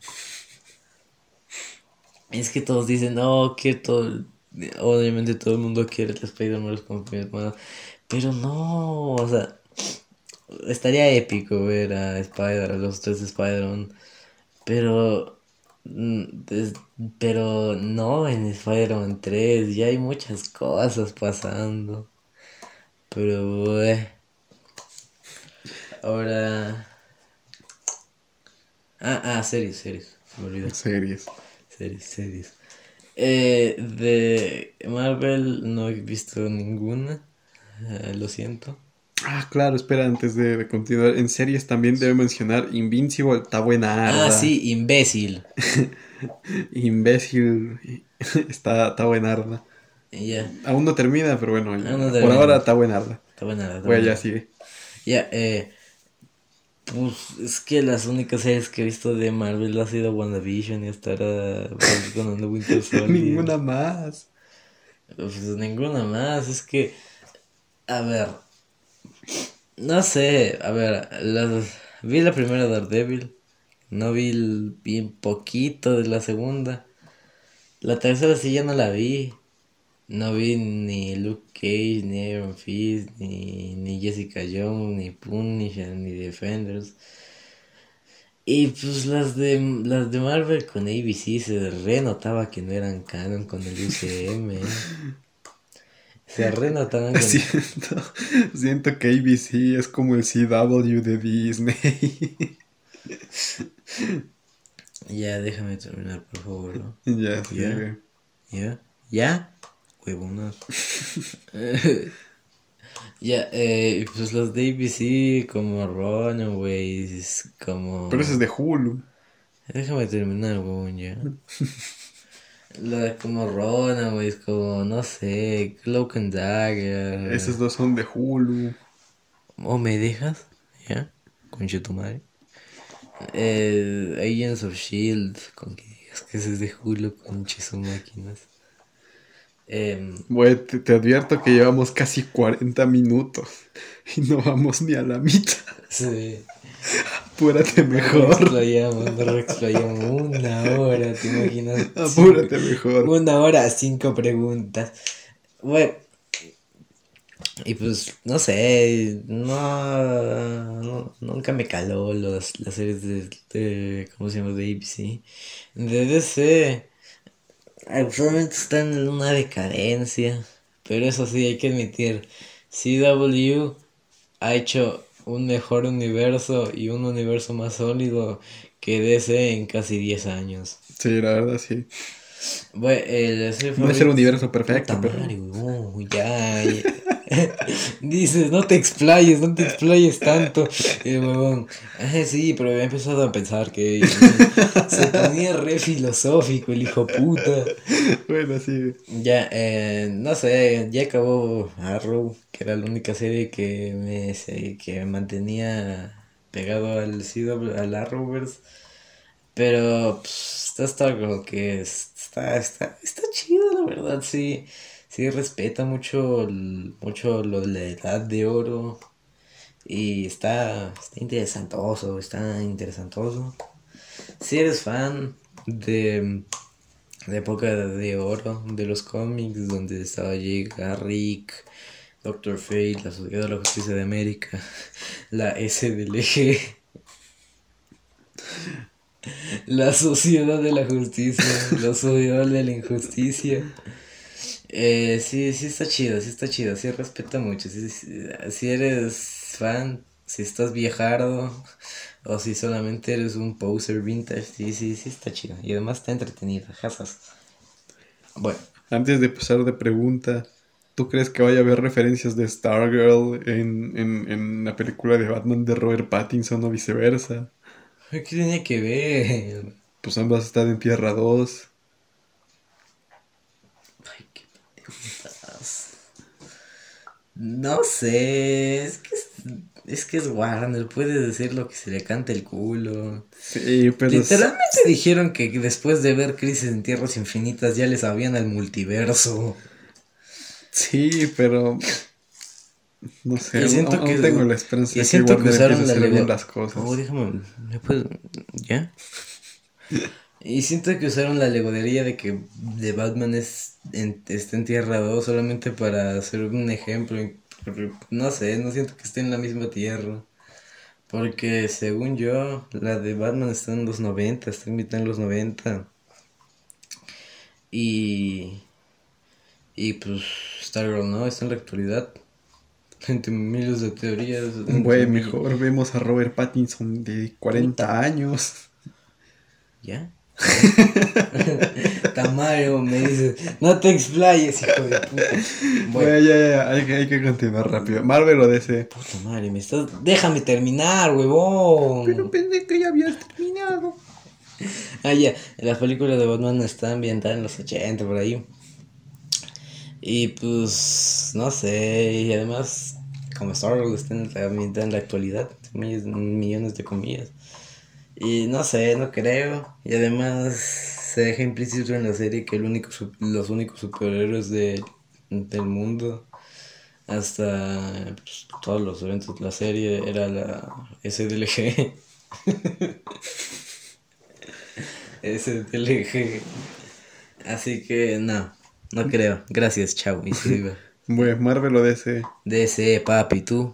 Es que todos dicen, no, que todo, obviamente todo el mundo quiere el Spider-Man confirmado. Pero no, o sea, estaría épico ver a los tres Spider-Man. Pero, pero no en Spider-Man 3, ya hay muchas cosas pasando. Pero, ahora... series, se me olvidó. Series. Series. De Marvel no he visto ninguna, lo siento. Claro, espera, antes de continuar. En series también debo mencionar Invincible, está buena arda. Sí, imbécil. Imbécil, está buena arda. Ya, Aún no termina, pero bueno, no por termina. ahora está buena arda. Está buena. Bueno, ya sigue. Ya, pues es que las únicas series que he visto de Marvel ha sido WandaVision y hasta ahora Falcon and the Winter Soldier. Ninguna más. Pues ninguna más, es que, a ver, no sé, a ver, vi la primera Daredevil, no vi un poquito de la segunda, la tercera sí ya no la vi, no vi ni Luke Cage, ni Iron Fist, ni Jessica Jones, ni Punisher, ni Defenders. Y pues las de Marvel con ABC se renotaba que no eran canon con el UCM. Se renotaban con... Siento que ABC es como el CW de Disney. Ya, déjame terminar, por favor, ¿no? Ya, sigue. ¿Ya? Huevonas. Ya, pues los de ABC como Runaways, como... Pero ese es de Hulu. Déjame terminar, huevón, ya. Como Runaways, como, no sé, Cloak and Dagger. Esos dos son de Hulu. ¿O me dejas? ¿Ya? Concha tu madre. Agents of Shield, con que digas que ese es de Hulu, concha sus máquinas. Güey, te advierto que llevamos casi 40 minutos y no vamos ni a la mitad. Sí. Apúrate mejor. Nos explayamos 1 hora, ¿te imaginas? Apúrate mejor. 1 hora, 5 preguntas. Bueno, y pues, no sé, nunca me caló las series ¿cómo se llama? De ABC. De DC, actualmente están en una decadencia, pero eso sí, hay que admitir, CW ha hecho un mejor universo y un universo más sólido que DC en casi 10 años. Sí, la verdad, sí. Bueno, No es el universo perfecto, puta pero... madre, ya. Dices, no te explayes tanto. Y el huevón, sí, pero he empezado a pensar que se ponía re filosófico el hijo puta. Bueno, sí. Ya, no sé, ya acabó Arrow, que era la única serie que me mantenía pegado al CW, al Arrowverse. Pero está como que está chido, la verdad, sí. Sí respeta mucho, mucho lo de la edad de oro. Y está interesantoso, está interesantoso. Si eres fan de época de oro, de los cómics, donde estaba Jay Garrick, Doctor Fate, la Sociedad de la Justicia de América, la SDLG, la Sociedad de la Justicia, la Sociedad de la Injusticia. Sí está chido, sí respeta mucho. Si eres fan, si estás viejardo, o si solamente eres un poser vintage, sí está chido. Y además está entretenido, jasas. Bueno, Antes de pasar de pregunta, ¿tú crees que vaya a haber referencias de Stargirl en la película de Batman de Robert Pattinson o viceversa? ¿qué tenía que ver? Pues ambas están en Tierra 2. Ay, qué putas. No sé, es que es Warner, puede decir lo que se le cante el culo. Sí, pero Literalmente dijeron que después de ver Crisis en Tierras Infinitas ya le sabían al multiverso. sí, pero no sé, Y siento aún que tengo la esperanza y de que siento que Warner empiece a usaron la hacer bien lego. las cosas. Oh, déjame, ¿me puedo? ¿Ya? Y siento que usaron la alegoría de que de Batman está en Tierra 2 solamente para hacer un ejemplo. Porque, no sé, no siento que esté en la misma Tierra. Porque según yo, la de Batman está en los 90, está en mitad en los 90. Y, y pues Stargirl no, está en la actualidad. Entre miles de teorías. Güey, mejor vemos a Robert Pattinson de 40 años. ¿Ya? Tamayo me dice, no te explayes, hijo de puta. Bueno, Güey, ya, hay que continuar rápido. Marvel o DC. puta madre, déjame terminar, huevón. Pero pensé que ya habías terminado. Ya, las películas de Batman están ambientadas en los 80 por ahí. Y pues, no sé, y además, como Stargirl está ambientada en la actualidad, millones de comillas. Y no sé, no creo. Y además se deja implícito en la serie que los únicos superhéroes del mundo, hasta todos los eventos de la serie, era la SDLG. SDLG. Así que no creo. Gracias, chao. Y se iba. Güey, Marvel o DC. DC, papi, tú.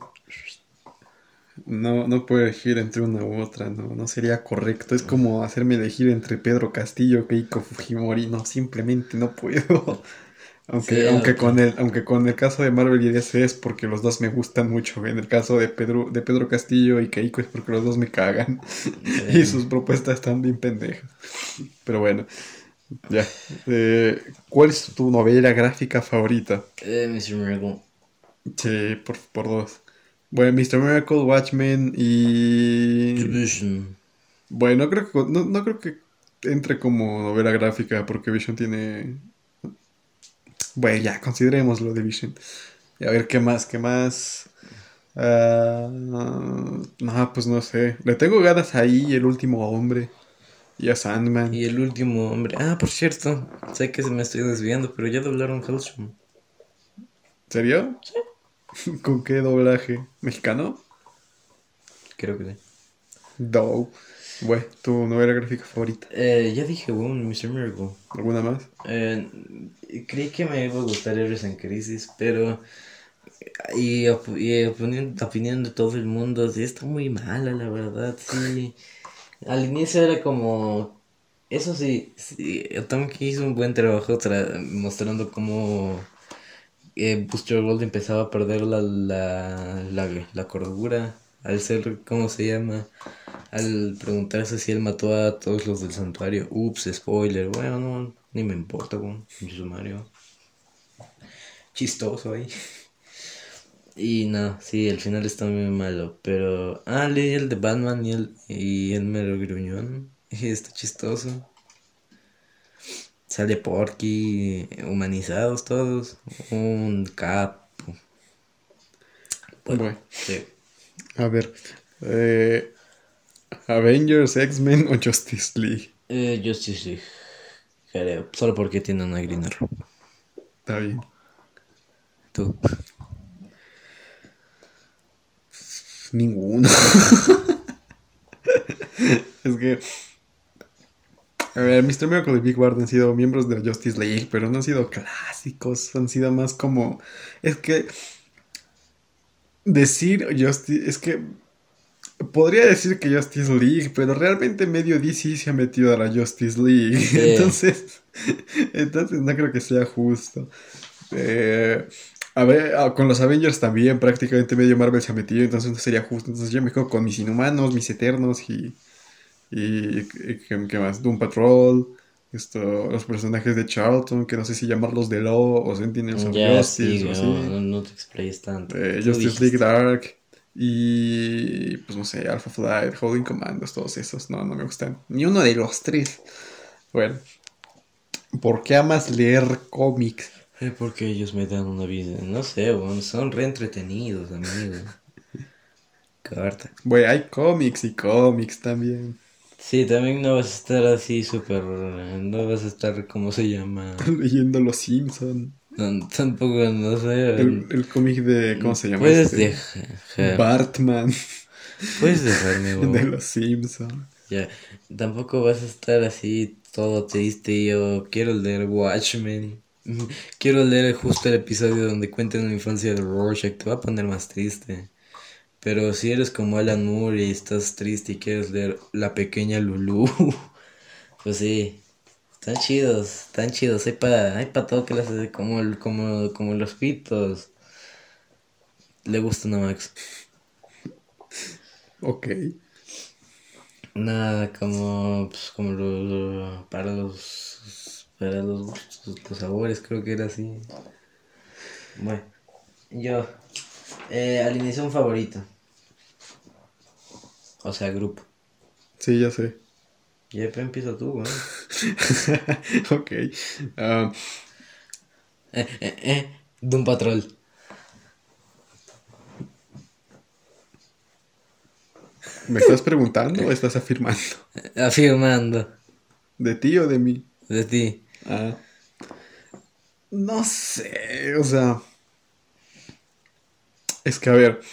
No puedo elegir entre una u otra, no sería correcto. Es como hacerme elegir entre Pedro Castillo o Keiko Fujimori. No, simplemente no puedo. Aunque con el caso de Marvel y DC es porque los dos me gustan mucho. En el caso de Pedro Castillo y Keiko es porque los dos me cagan. Y sus propuestas están bien pendejas. Pero bueno, ya. ¿Cuál es tu novela gráfica favorita? Mr. Miracle. Sí, por dos. Bueno, Mr. Miracle, Watchmen y... Division. Bueno, no creo que entre como novela gráfica porque Vision tiene... Bueno, ya, considerémoslo de Vision. Y a ver, ¿qué más? No, pues no sé. Le tengo ganas ahí, El Último Hombre y a Sandman. Y el último hombre. Ah, por cierto. Sé que se me estoy desviando, pero ya doblaron Hellstrom. ¿Serio? ¿Con qué doblaje? ¿Mexicano? Creo que sí. Dow. Bueno, tu novela gráfica favorita. Ya dije, Mr. Miracle. ¿Alguna más? Creí que me iba a gustar Héroes en Crisis, pero... opinión de todo el mundo, sí, está muy mala, la verdad, sí. Al inicio era como... Eso sí, Tom King hizo un buen trabajo mostrando cómo Booster Gold empezaba a perder la cordura al ser, ¿cómo se llama? Al preguntarse si él mató a todos los del santuario. Ups, spoiler. Bueno, no, ni me importa, con sumario. Chistoso ahí. Y no, sí, el final está muy malo. Pero. Ah, leí el de Batman y el mero gruñón. Y está chistoso. Sale Porky, humanizados todos. Un capo. Bueno, Sí. a ver. Avengers, X-Men o Justice League. Justice League, creo. Solo porque tiene una Green Arrow. Está bien. Tú. Ninguno. Es que. A ver, Mr. Miracle y Big Bard han sido miembros de la Justice League, pero no han sido clásicos. Han sido más como. Es que. Decir Justice. Es que. Podría decir que Justice League, pero realmente medio DC se ha metido a la Justice League. Entonces no creo que sea justo. A ver, con los Avengers también prácticamente medio Marvel se ha metido, entonces no sería justo. Entonces yo me quedo con mis Inhumanos, mis Eternos y ¿qué más? Doom Patrol, los personajes de Charlton, que no sé si llamarlos The Law o Sentinels of Ya, Justice sí, o así. no te explayes tanto. Tú Justice dijiste. League Dark y pues no sé, Alpha Flight, Holding Commandos, todos esos. No me gustan. Ni uno de los tres. Bueno, ¿por qué amas leer cómics? Porque ellos me dan una vida. No sé, bueno, son re entretenidos, amigo. Carta. Bueno, hay cómics y cómics también. Sí, también no vas a estar así súper. No vas a estar, ¿cómo se llama? Leyendo Los Simpson. No, tampoco, no sé. El cómic de, ¿cómo se llama? Puedes dejar. Bartman Puedes dejarme, de bo. Los Simpson. Ya, tampoco vas a estar así todo triste. Yo quiero leer Watchmen. Quiero leer justo el episodio donde cuentan la infancia de Rorschach. Te va a poner más triste. Pero si eres como Alan Moore y estás triste y quieres leer La Pequeña Lulú, pues sí, están chidos. Hay para todo clase de como los pitos. Le gustan a Max. Ok. Nada como, pues, como para los gustos, los sabores, creo que era así. Bueno, yo, alineación favorito. O sea, grupo. Sí, ya sé. Ya empieza tú, güey. Ok. Ah, Doom Patrol. ¿me estás preguntando o estás afirmando? Afirmando. ¿De ti o de mí? De ti. Ah. No sé, o sea. Es que a ver.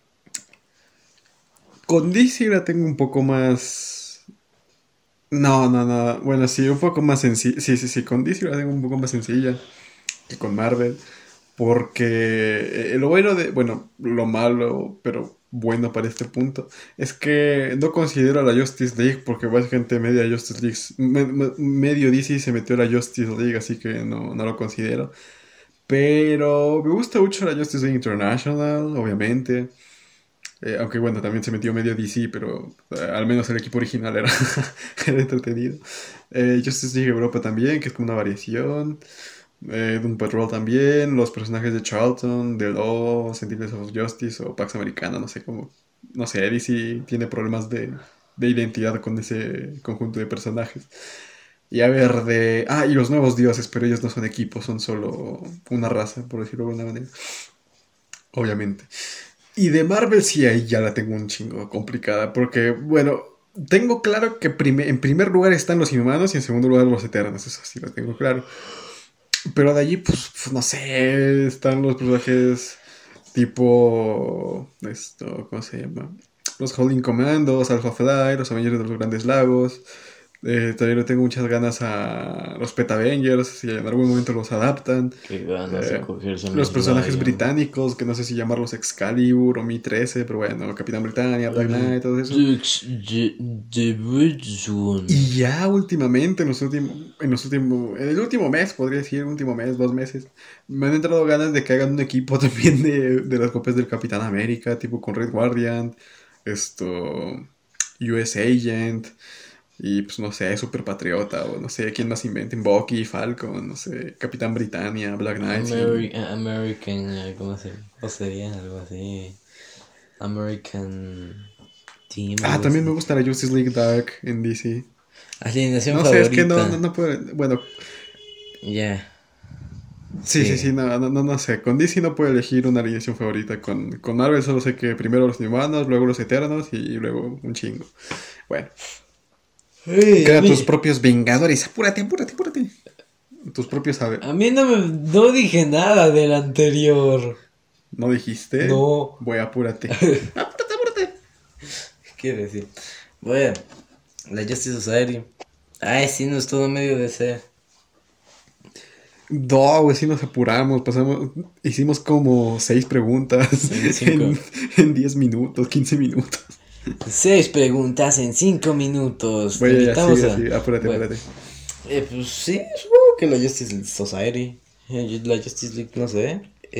Con DC la tengo un poco más. No. Bueno, sí, un poco más sencilla. Sí. Con DC la tengo un poco más sencilla que con Marvel. Porque lo bueno de. Bueno, lo malo, pero bueno para este punto. Es que no considero a la Justice League. Porque básicamente media Justice League. Medio DC se metió a la Justice League. Así que no lo considero. Pero me gusta mucho la Justice League International, obviamente. Aunque bueno, también se metió medio DC, pero al menos el equipo original era, era entretenido. Justice League Europa también, que es como una variación. Doom Patrol también. Los personajes de Charlton, The Law, Sentinels of Justice o Pax Americana, no sé cómo. No sé, DC tiene problemas de identidad con ese conjunto de personajes. Y a ver, y los nuevos dioses, pero ellos no son equipos, son solo una raza, por decirlo de alguna manera. Obviamente. Y de Marvel sí, ahí ya la tengo un chingo complicada, porque, bueno, tengo claro que en primer lugar están los Inhumanos y en segundo lugar los Eternos, eso sí lo tengo claro. Pero de allí, pues no sé, están los personajes tipo, ¿cómo se llama? Los Holding Commandos, Alpha Flight, los Avengers de los Grandes Lagos. Todavía le tengo muchas ganas a los Pet Avengers, si en algún momento los adaptan. Qué ganas de cogerse Los personajes británicos, que no sé si llamarlos Excalibur o Mi-13, pero bueno, Capitán Britannia, Black Knight, todo eso. Y ya últimamente, en el último mes, podría decir, último mes, 2 meses, me han entrado ganas de que hagan un equipo también de las copias del Capitán América, tipo con Red Guardian, US Agent. Y pues no sé, super patriota, o no sé, quién más inventen, Bucky, Falcon, no sé, Capitán Britannia, Black Knight. American, ¿cómo sería? Algo así. American Team. Ah, Algo también así. me gusta la Justice League Dark en DC. Alineación No sé, es que favorita. no puedo. Bueno, Ya. sí, Sí. no sé. Con DC no puedo elegir una alineación favorita. Con Marvel solo sé que primero los Inhumanos, luego los Eternos y luego un chingo. Bueno, Ey, crea tus propios Vengadores. Apúrate. Tus propios. a mí no dije nada del anterior. ¿No dijiste? No. Voy, apúrate. ¿Qué decir? Bueno, la Justice Society. Ay, sí, no es todo medio de ser. No, güey, sí nos apuramos. Hicimos como 6 preguntas En 5. en 10 minutos, 15 minutos. 6 preguntas en 5 minutos. Te Voy, ya, invitamos sigue, a. apúrate, Bueno, apúrate. pues sí, supongo que la Justice Society. La Justice League, no sé.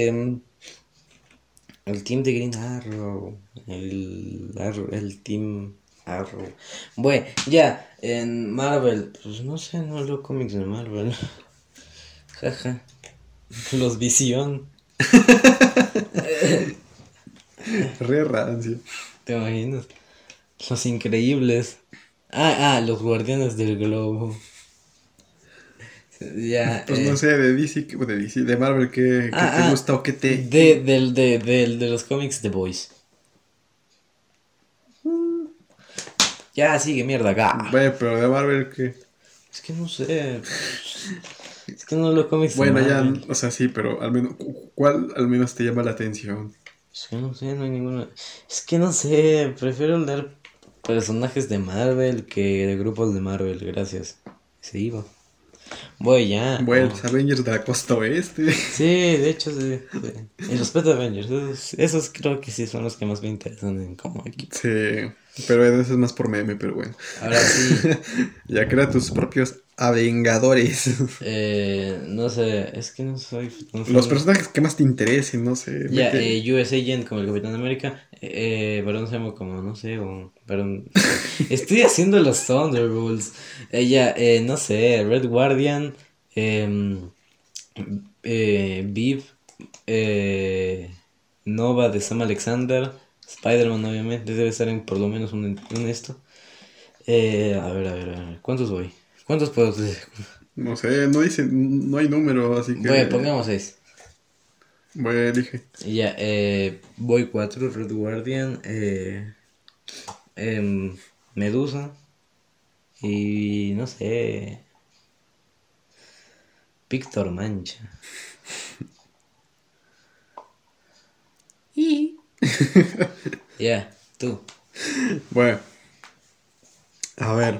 El team de Green Arrow. El team Arrow. Bueno, ya. En Marvel. Pues no sé, no leo cómics de Marvel. Jaja. Los Visión. Re rancio. ¿Te imaginas? Los Increíbles. Los Guardianes del Globo. Ya, Pues no sé, de Marvel, ¿qué te gusta o qué te...? de los cómics The Boys. Ya, sigue, mierda, acá. Bueno, pero de Marvel, ¿qué? Es que no sé. Es que no leo cómics de Bueno, ya, Marvel. o sea, sí, pero al menos, ¿cuál al menos te llama la atención? Es que no sé, no hay ninguno. Es que no sé, prefiero leer personajes de Marvel que de grupos de Marvel, gracias. Se iba. Voy ya. Bueno, los Avengers de la costa oeste. Sí, de hecho, sí. Y los Pet Avengers, esos creo que sí son los que más me interesan en como equipo. Sí, pero eso es más por meme, pero bueno. Ahora sí, Ya crea tus propios Avengadores. no sé, es que no soy. Los personajes que más te interesen, no sé. Ya, mete- US Agent como el Capitán América, Barón Zemo como, no sé, Barón... Estoy haciendo los Thunderbolts, no sé, Red Guardian, Viv, eh, Nova de Sam Alexander, Spider-Man obviamente, debe estar en por lo menos un esto. A ver, ¿cuántos voy? ¿Cuántos puedo decir? No sé, no hay número, así que... Bueno, pongamos 6. Voy, elige. Ya, voy 4, Red Guardian, Medusa y no sé, Víctor Mancha. Ya, tú. Bueno, a ver.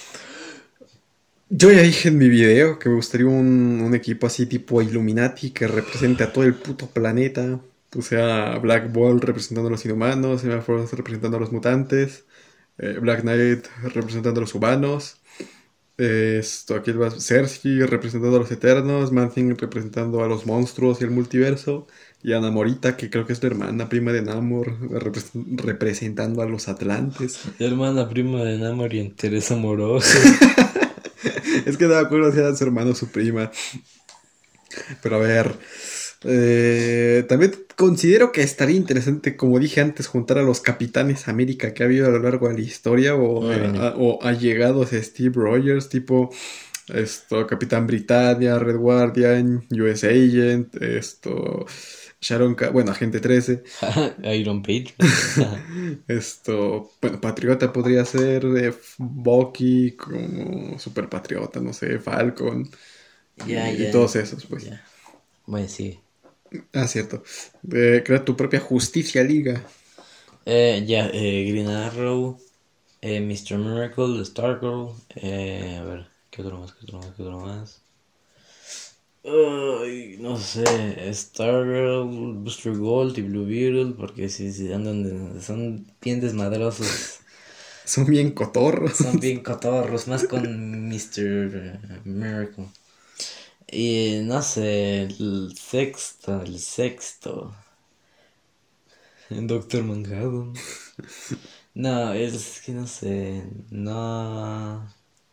Yo ya dije en mi video que me gustaría un equipo así tipo Illuminati que represente a todo el puto planeta. O sea, Black Bolt representando a los inhumanos, Emma Frost representando a los mutantes, Black Knight representando a los humanos, aquí va Cersei representando a los eternos, Man-Thing representando a los monstruos y el multiverso, y a Namorita, que creo que es la hermana prima de Namor, representando a los atlantes. Hermana prima de Namor y interés amoroso. Es que no me acuerdo si era su hermano o su prima. Pero a ver. También considero que estaría interesante, como dije antes, juntar a los Capitanes América que ha habido a lo largo de la historia o allegados a Steve Rogers, tipo Capitán Britannia, Red Guardian, US Agent, bueno, Agente 13, Iron Patriot. bueno, Patriota podría ser, Bucky como Super Patriota, no sé, Falcon y todos esos, pues. Ya. Bueno, sí. Ah, cierto. Crea tu propia Justicia Liga. Green Arrow, Mr. Miracle, Stargirl, a ver, ¿qué otro más? Ay, no sé, Stargirl, Booster Gold y Blue Beetle, porque si son bien desmadrosos, Son bien cotorros. son bien cotorros, más con Mr. Miracle. Y no sé, el sexto, Doctor Manhattan. No, es que no sé. No.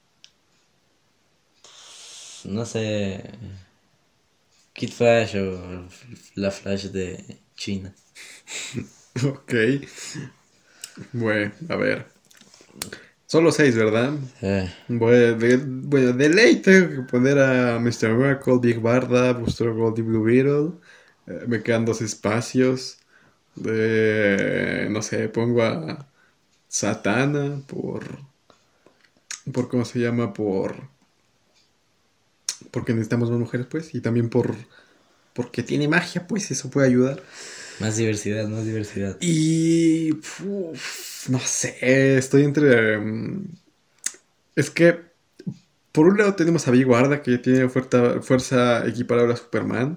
No sé. Kid Flash o la Flash de China. Ok. Bueno, a ver. Solo 6, ¿verdad? Bueno, de ley tengo que poner a Mr. Miracle, Big Barda, Booster Gold y Blue Beetle. Me quedan 2 espacios. No sé, pongo a Satana por ¿cómo se llama? Porque necesitamos más mujeres, pues. Y también porque tiene magia, pues eso puede ayudar. Más diversidad, más diversidad. Y... no sé, estoy entre... es que, por un lado tenemos a Big Barda, que tiene fuerza equiparable a Superman.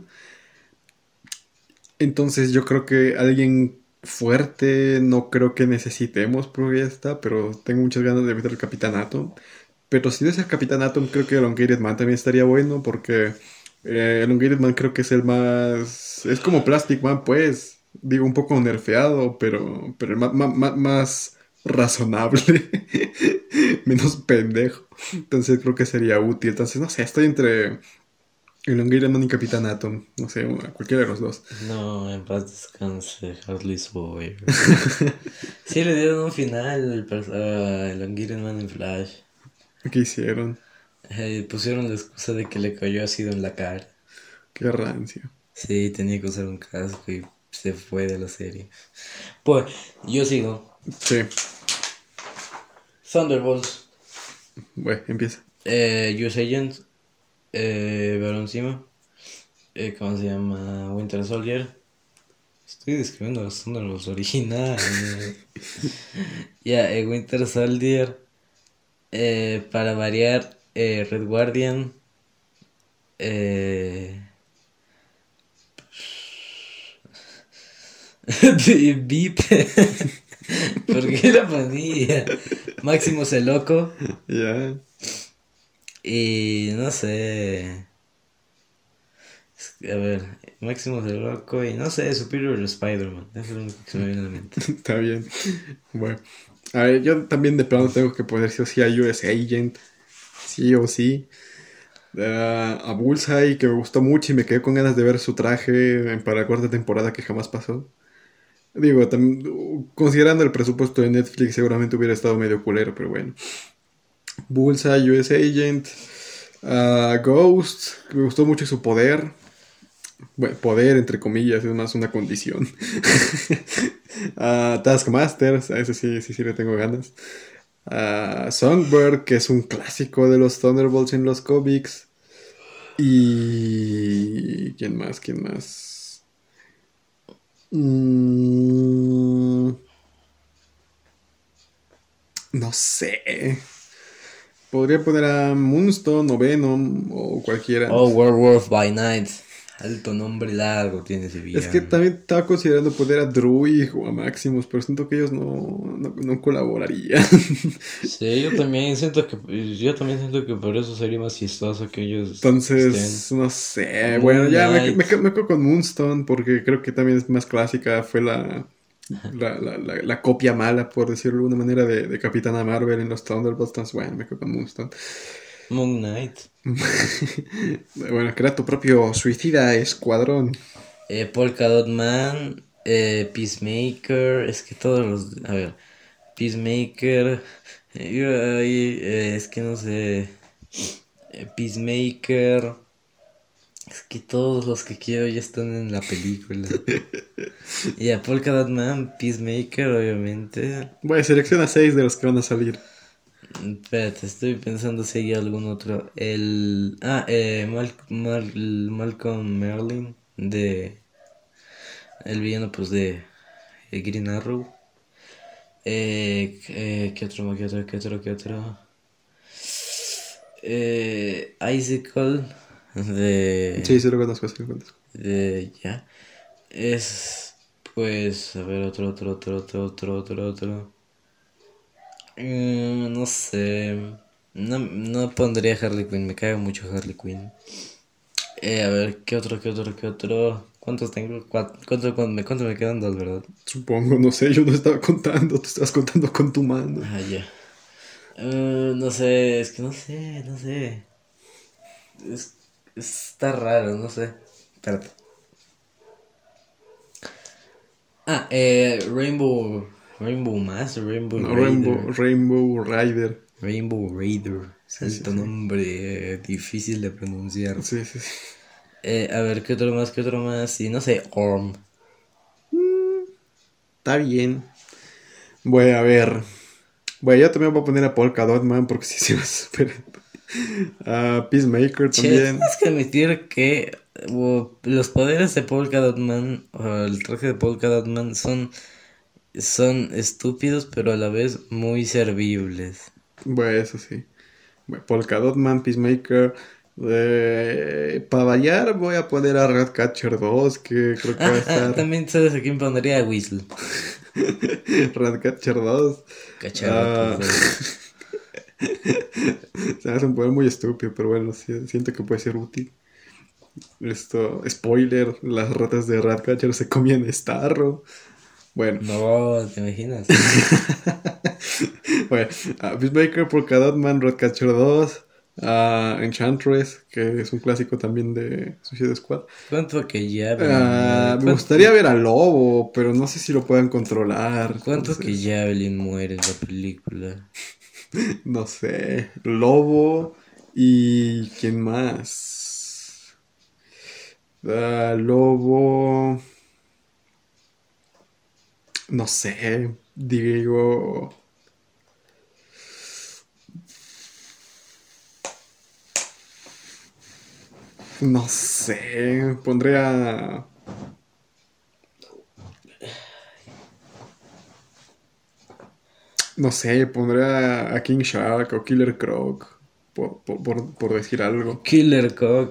Entonces yo creo que alguien fuerte no creo que necesitemos, porque ya está, pero tengo muchas ganas de meter al Capitán Atom. Pero si no es el Capitán Atom, creo que Elongated Man también estaría bueno, porque Elongated Man creo que es el más... Es como Plastic Man, pues. Digo, un poco nerfeado, pero el más razonable. Menos pendejo. Entonces creo que sería útil. Entonces, no sé, estoy entre Elongated Man y Capitán Atom. No sé, cualquiera de los dos. No, en paz descanse, Harley Sawyer. Sí, le dieron un final al Longiren Man en Flash. ¿Qué hicieron? Pusieron la excusa de que le cayó ácido en la cara. Qué rancio. Sí, tenía que usar un casco y se fue de la serie. Pues, yo sigo. Sí, Thunderbolts. bueno, empieza. US Agent. Barón Sima. ¿Cómo se llama? Winter Soldier. Estoy describiendo los Thunderbolts originales. Ya, Winter Soldier. Para variar, Red Guardian. Beep. ¿Por qué la ponía? Maximus el loco. Ya. Y no sé. A ver, Maximus el loco y no sé, Superior Spider-Man. Eso es lo único que se me viene a la mente. Está bien. Bueno. A ver, yo también de plano tengo que poner sí o sí a US Agent. Sí o sí. A Bullseye, que me gustó mucho y me quedé con ganas de ver su traje para la cuarta temporada que jamás pasó. Digo, considerando el presupuesto de Netflix, seguramente hubiera estado medio culero, pero bueno. Bullseye, US Agent. Ghost, que me gustó mucho su poder. Bueno, poder, entre comillas, es más una condición. Taskmaster, a ese sí le tengo ganas. Songbird, que es un clásico de los Thunderbolts en los cómics. Y... ¿quién más? ¿Quién más? No sé. Podría poner a Moonstone o Venom o cualquiera. Oh, Werewolf by Night. Alto nombre largo tiene ese villano. Es que también estaba considerando poner a Druig o a Maximus, pero siento que ellos no colaborarían. Sí, yo también siento que por eso sería más chistoso que ellos Entonces, estén. no sé. Moon Bueno, ya Knight. me quedo con Moonstone porque creo que también es más clásica. Fue la copia mala, por decirlo de alguna manera, de Capitana Marvel en los Thunderbolts. Entonces, bueno, me quedo con Moonstone. Moon Knight. Bueno, crea tu propio Suicida Escuadrón. Polka Dot Man. Peacemaker. Es que todos los. A ver. Peacemaker. Es que no sé. Peacemaker. Es que todos los que quiero ya están en la película. Y a Polka Dot Man, Peacemaker, obviamente. Bueno, selecciona 6 de los que van a salir. Espérate, estoy pensando si hay algún otro. Malcolm Merlin de el villano pues de Green Arrow. ¿Qué otro? Icicle Sí, sí lo conozco, sí lo conozco. ya. Es pues a ver otro. No sé. No pondría Harley Quinn, me caga mucho Harley Quinn. A ver, ¿qué otro? ¿Cuántos tengo? ¿Cuánto me quedan? 2, ¿verdad? Supongo, no sé, yo no estaba contando, tú estabas contando con tu mano. Ah, ya. No sé, es que no sé. Está raro, no sé. Espérate. Rainbow Master, Rainbow No, Raider. Rainbow Rider. Rainbow Raider. Sí, sí, Santo sí. nombre difícil de pronunciar. Sí, sí, sí. A ver, ¿qué otro más? Y no sé, Orm. Está bien. Voy a ver. Bueno, yo también voy a poner a Polka Dot Man porque sí se me super. A Peacemaker Che, también. tienes que admitir que los poderes de Polka Dot Man, o el traje de Polka Dot Man son estúpidos, pero a la vez muy servibles. Bueno, eso sí. Bueno, Polka Dot Man, Peacemaker. Para variar, voy a poner a Ratcatcher 2, que creo que va a estar. También sabes a quién pondría a Weasel. Ratcatcher 2. Cacharratos. Se me hace un poder muy estúpido, pero bueno, siento que puede ser útil. Esto, spoiler, las ratas de Ratcatcher se comían Starro. Bueno, No, ¿te imaginas? bueno, Peacemaker, Polka Dot Man, Ratcatcher 2, Enchantress, que es un clásico también de Suicide Squad. ¿Cuánto que ya Me gustaría ver a Lobo, pero no sé si lo puedan controlar. ¿Cuánto Entonces, que Javelin muere en la película? no sé, Lobo y ¿quién más? Lobo, no sé, digo, no sé, pondré a... No sé, pondré a King Shark o Killer Croc, por decir algo. Killer Cock.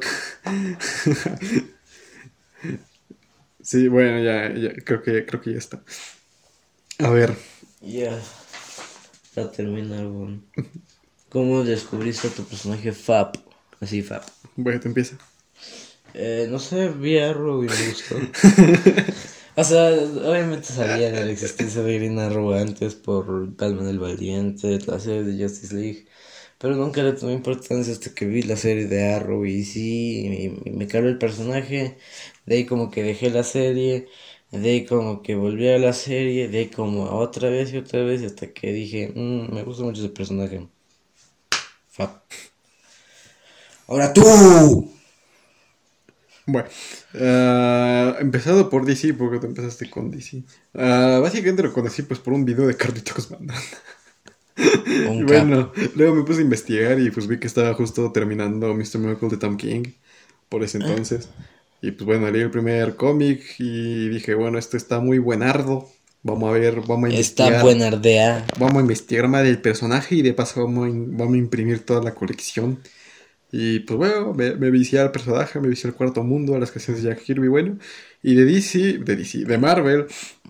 Sí, bueno, ya, creo que ya está. A ver, Ya. Para terminar, bueno. ¿Cómo descubriste a tu personaje Fab? Así, Fab. bueno, te empieza. No sé, vi Arrow y me gustó. O sea, obviamente sabía de la existencia de Green Arrow antes por Batman el Valiente, la serie de Justice League. Pero nunca le tomé importancia hasta que vi la serie de Arrow y sí, me caló el personaje. De ahí como que dejé la serie, de ahí como que volví a la serie, de ahí como otra vez y otra vez hasta que dije, me gusta mucho ese personaje. Fab. Ahora tú. Bueno, empezado por DC, porque tú empezaste con DC. Básicamente lo conocí pues por un video de Carlitos Bandan. Un Y bueno, luego me puse a investigar y pues vi que estaba justo terminando Mr. Miracle de Tom King por ese entonces. Y pues bueno, leí el primer cómic y dije, bueno, esto está muy buenardo. Vamos a ver, vamos a investigar. Está buenardea. Vamos a investigar más del personaje y de paso vamos a imprimir toda la colección. Y pues bueno, me vicié al personaje, me vicié al Cuarto Mundo, a las canciones de Jack Kirby, bueno. Y de Marvel,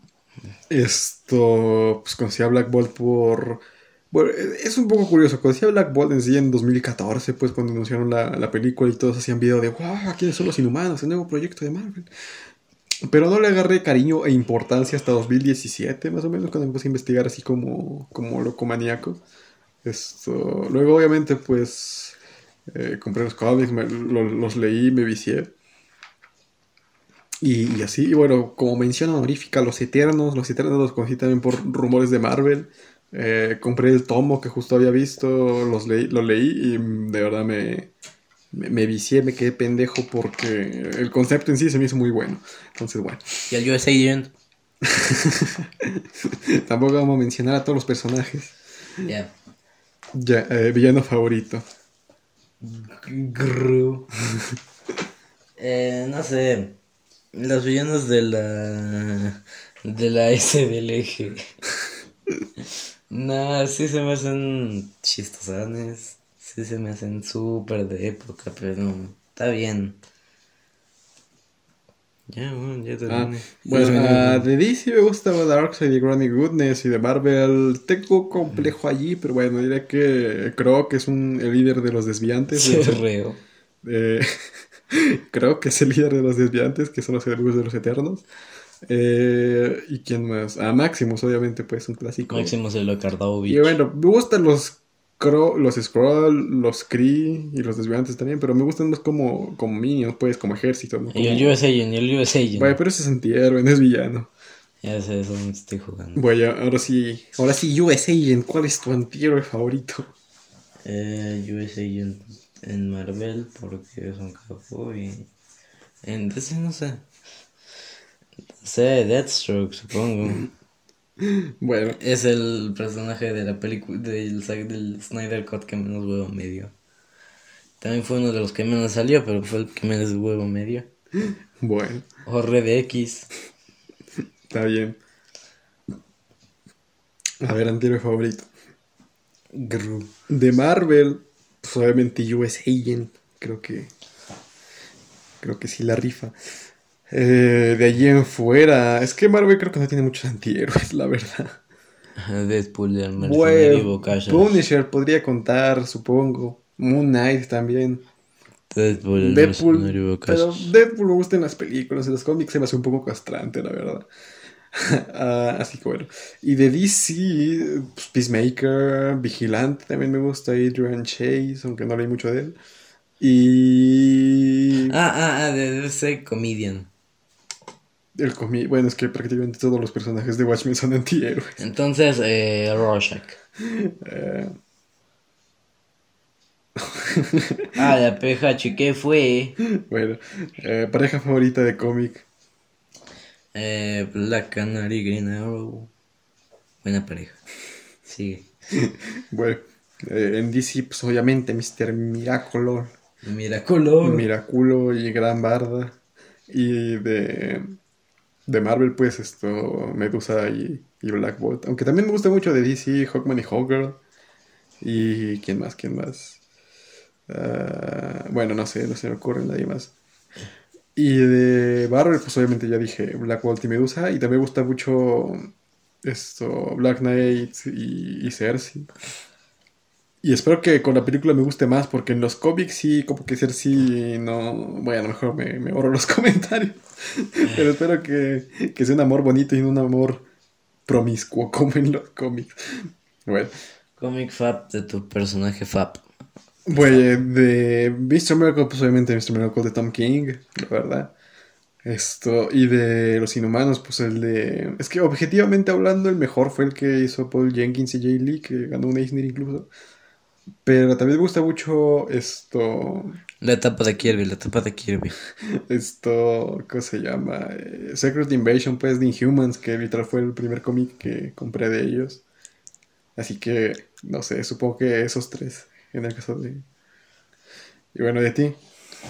pues conocí a Black Bolt por... Bueno, es un poco curioso, conocí a Black Bolt en sí en 2014, pues cuando anunciaron la película y todos hacían video de ¡wow! ¿Quiénes son los Inhumanos? El nuevo proyecto de Marvel. Pero no le agarré cariño e importancia hasta 2017, más o menos, cuando empecé a investigar así como locomaníaco. Luego obviamente pues compré los cómics, los leí, me vicié. Y así, y bueno, como mención honorífica, los Eternos los conocí también por rumores de Marvel. Compré el tomo que justo había visto, lo leí y de verdad me vicié, me quedé pendejo porque el concepto en sí se me hizo muy bueno. Entonces, bueno. Y el USA Agent. Tampoco vamos a mencionar a todos los personajes. Ya. Ya, villano favorito. Gru. No sé. Los villanos de la SDLG. No, sí se me hacen chistosones. Sí se me hacen súper de época, pero no, está bien. Ya, bueno, ya terminé. Bueno, de DC me gusta Darkseid y Granny Goodness, y de Marvel tengo complejo allí, pero bueno, diré que Croc es el líder de los desviantes. Se reo. Creo que es el líder de los desviantes, que son los enemigos de los eternos. ¿Y quién más? Ah, Maximus, obviamente, pues un clásico. Máximo se lo Y Kardovich. bueno, me gustan los Skrull, los Kree y los desviantes también, pero me gustan más como minions, pues, como ejército, ¿no? Y el Como... US Agent, y el US Agent. Vaya, pero ese es antihéroe, no es villano. Ya sé, eso no estoy jugando. Vaya, ahora sí, US Agent, ¿cuál es tu antihéroe favorito? US Agent en Marvel, porque es un capo, y en DC no sé. No sé, Deathstroke, supongo. Bueno, Es el personaje de la película del Snyder Cut que menos huevo me dio. También fue uno de los que menos salió, pero fue el que menos huevo me dio. bueno, O Red X. está bien. A ver, antihéroe favorito. Gru. De Marvel, pues obviamente US Agent, creo que sí la rifa. De allí en fuera, es que Marvel creo que no tiene muchos antihéroes, la verdad. Deadpool, el mercenario Bueno, Bocacha. Punisher podría contar, supongo. Moon Knight también. Deadpool, el Deadpool, mercenario Bocacha. pero Deadpool me gusta en las películas, en los cómics se me hace un poco castrante, la verdad. Así que bueno. Y de DC, pues, Peacemaker, Vigilante también me gusta, Adrian Chase, aunque no leí mucho de él. Y De DC Comedian. bueno, es que prácticamente todos los personajes de Watchmen son antihéroes. Entonces, Rorschach. Eh, La PJ, ¿qué fue? bueno, pareja favorita de cómic. Black Canary, Green Arrow. Buena pareja. Sigue. Bueno, en DC, pues obviamente Mr. Miraculous. Miraculous. Miraculo y Gran Barda. Y de Marvel, pues Medusa y Black Bolt. Aunque también me gusta mucho de DC, Hawkman y Hawkgirl. Y ¿quién más? ¿Quién más? Bueno, no sé, no se me ocurre nadie más. Y de Marvel, pues obviamente ya dije Black Bolt y Medusa. Y también me gusta mucho Black Knight y Cersei. Y espero que con la película me guste más, porque en los cómics sí, como que Cersei no... Bueno, a lo mejor me ahorro los comentarios. Pero espero que sea un amor bonito y no un amor promiscuo como en los cómics. Bueno, Comic Fab de tu personaje Fab. de Mr. Miracle, pues obviamente Mr. Miracle de Tom King, la verdad. Y de los Inhumanos, pues el de... Es que objetivamente hablando, el mejor fue el que hizo Paul Jenkins y Jay Lee, que ganó un Eisner incluso. Pero también me gusta mucho La etapa de Kirby. ¿cómo se llama? Secret Invasion, pues, de Inhumans, que literal fue el primer cómic que compré de ellos. Así que, no sé, supongo que esos tres, en el caso de... Y bueno, de ti.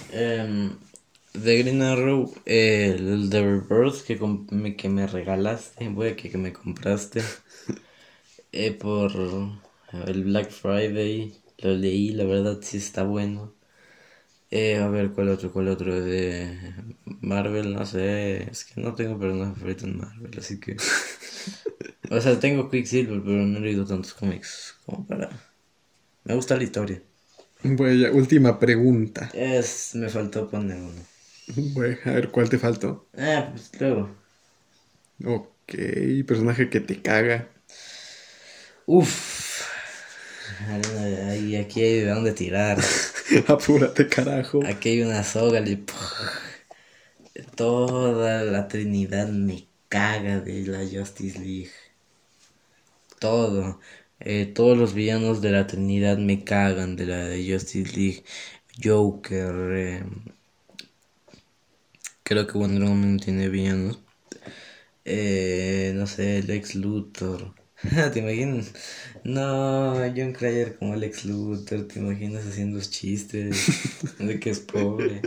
De Green Arrow, el de Rebirth que me regalaste, que me compraste. Por el Black Friday, lo leí, la verdad sí está bueno. A ver, ¿cuál otro? De Marvel, no sé, es que no tengo personaje favorito en Marvel, así que... O sea, tengo Quicksilver, pero no he leído tantos cómics como para... Me gusta la historia. Bueno, ya, última pregunta. Me faltó poner uno. Bueno, a ver, ¿cuál te faltó? Pues luego. Ok, personaje que te caga. Uff. Aquí hay de dónde tirar. Apúrate, carajo. Aquí hay una soga. Toda la Trinidad me caga de la Justice League. Todo. Todos los villanos de la Trinidad me cagan de la de Justice League. Joker. Creo que Wonder Woman tiene villanos. No sé, Lex Luthor. ¿Te imaginas? No, John Cryer como Lex Luthor. ¿Te imaginas haciendo chistes de que es pobre?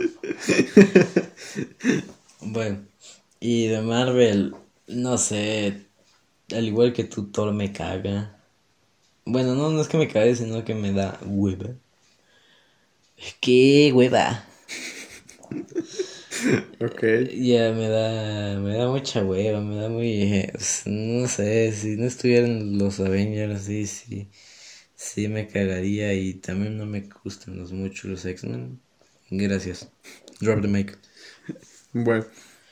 Bueno, y de Marvel, no sé. Al igual que tú, Thor me caga. Bueno, no es que me cague, sino que me da hueva. ¿Qué hueva? Ok. Ya me da mucha hueva, me da muy, no sé, si no estuvieran los Avengers, sí me cagaría, y también no me gustan mucho los X-Men. Gracias. Drop the mic. Bueno,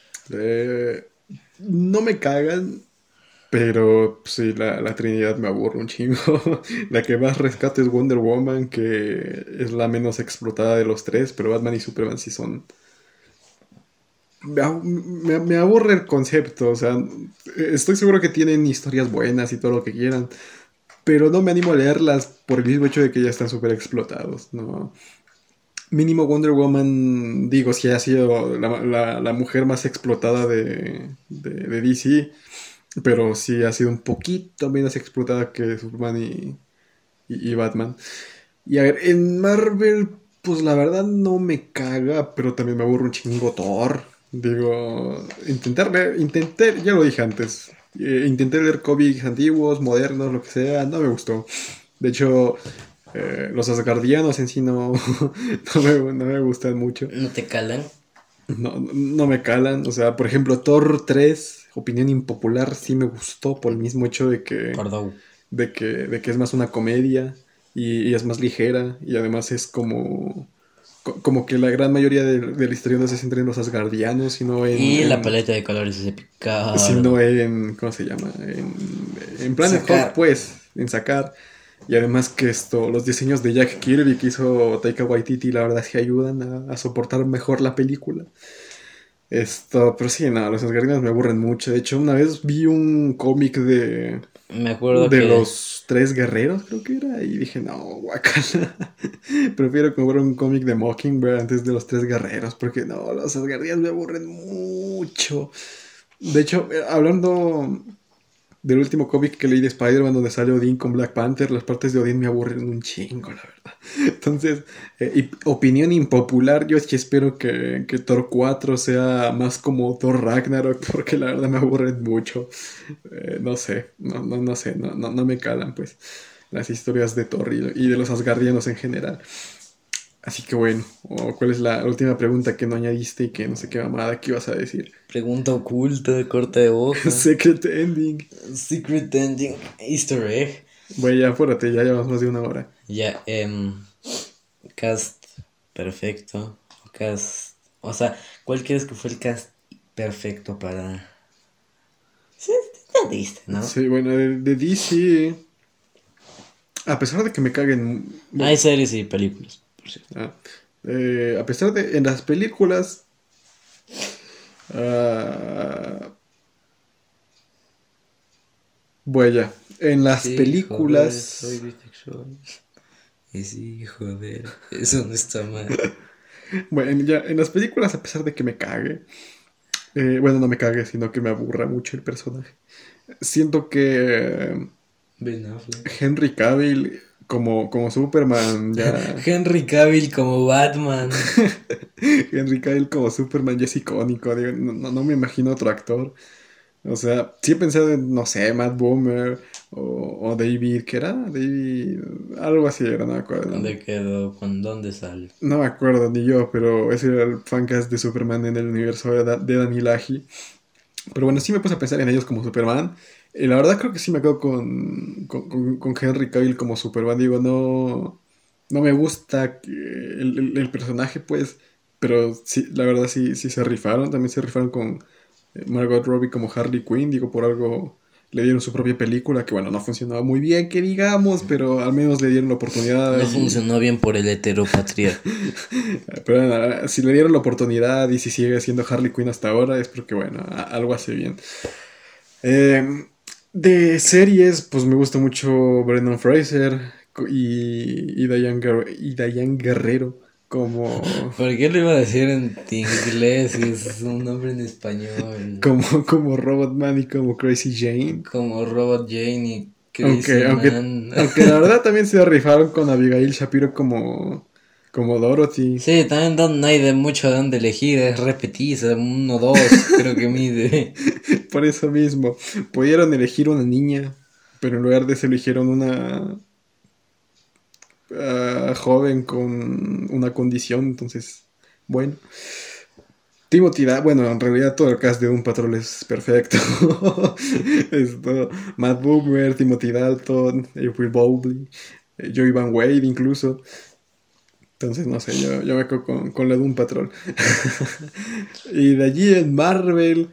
no me cagan, pero sí, la Trinidad me aburre un chingo. La que más rescato es Wonder Woman, que es la menos explotada de los tres, pero Batman y Superman sí son... Me aburre el concepto, o sea, estoy seguro que tienen historias buenas y todo lo que quieran, pero no me animo a leerlas por el mismo hecho de que ya están súper explotados, ¿no? Mínimo Wonder Woman, digo, si ha sido la mujer más explotada de DC, pero sí ha sido un poquito menos explotada que Superman y Batman. Y a ver, en Marvel, pues la verdad no me caga, pero también me aburre un chingo Thor. Digo, intenté, ya lo dije antes, intenté leer cómics antiguos, modernos, lo que sea, no me gustó. De hecho, los asgardianos en sí no, no me gustan mucho. ¿No te calan? No me calan. O sea, por ejemplo, Thor 3, opinión impopular, sí me gustó por el mismo hecho Perdón. de que es más una comedia y es más ligera y además es como que la gran mayoría de la historia no se centra en los asgardianos, sino Y la paleta de colores es épica. sino en, ¿cómo se llama? En Planet Sacar. Hulk, pues, en sacar. Y además que los diseños de Jack Kirby que hizo Taika Waititi, la verdad es que ayudan a soportar mejor la película. Pero sí, no, los asgardianos me aburren mucho. De hecho, una vez vi un cómic Me acuerdo de que... los tres guerreros, creo que era, y dije, no, guacala. Prefiero comprar un cómic de Mockingbird antes de los tres guerreros, porque no, los asgardianos me aburren mucho. De hecho, hablando del último cómic que leí de Spider-Man donde sale Odín con Black Panther, las partes de Odín me aburren un chingo, la verdad. Entonces, opinión impopular, yo es que espero que Thor 4 sea más como Thor Ragnarok, porque la verdad me aburren mucho. No sé, no sé, no me calan pues las historias de Thor y de los asgardianos en general. Así que bueno, ¿cuál es la última pregunta que no añadiste y que no sé qué mamada que ibas a decir? Pregunta oculta, corta de hoja. Secret ending. Secret ending, easter egg. Bueno, ya apúrate, ya llevamos más de una hora. Ya, cast perfecto. Cast... O sea, ¿cuál crees que fue el cast perfecto para...? Sí, entendiste, ¿no? Sí, bueno, de DC, a pesar de que me caguen... Hay series y películas, por cierto. A pesar de... En las películas... Bueno, ya. En las Sí, películas... joder, soy bisexual. Y sí, joder, eso no está mal. Bueno, ya, en las películas, a pesar de que me cague... bueno, no me cague, sino que me aburra mucho el personaje. Siento que... Ben Affleck. Henry Cavill como Superman ya... Henry Cavill como Batman. Henry Cavill como Superman ya es icónico. Digo, no me imagino otro actor. O sea, sí he pensado en, no sé, Matt Bomer o David, ¿qué era? David, algo así era, no me acuerdo. ¿Dónde quedó? ¿Dónde sale? No me acuerdo ni yo, pero ese era el fancast de Superman en el universo de Danny Laji. Pero bueno, sí me puse a pensar en ellos como Superman. Y la verdad creo que sí me quedo con Henry Cavill como Superman. Digo, no me gusta el personaje, pues. Pero sí, la verdad sí se rifaron. También se rifaron con Margot Robbie como Harley Quinn. Digo, por algo le dieron su propia película. Que bueno, no funcionaba muy bien, que digamos. Pero al menos le dieron la oportunidad. No funcionó bien por el heteropatria. Pero si le dieron la oportunidad y si sigue siendo Harley Quinn hasta ahora, es porque, bueno, algo hace bien. De series, pues me gusta mucho Brendan Fraser y Diane Guerrero como, ¿Por qué lo iba a decir en inglés si es un nombre en español? como Robotman y como Crazy Jane. Como Robot Jane y Crazy Man. Aunque la verdad también se rifaron con Abigail Shapiro como Dorothy. Sí, también no hay de mucho de dónde elegir, es repetiza, 1, 2, creo que mide. Por eso mismo, pudieron elegir una niña, pero en lugar de eso eligieron una joven con una condición, entonces, bueno. Timothy bueno, en realidad todo el cast de Doom Patrol es perfecto. Matt Bomer, Timothy Dalton, April Bowlby, Joey Van Wade incluso. Entonces, no sé, yo me quedo con la de un patrón. Y de allí en Marvel,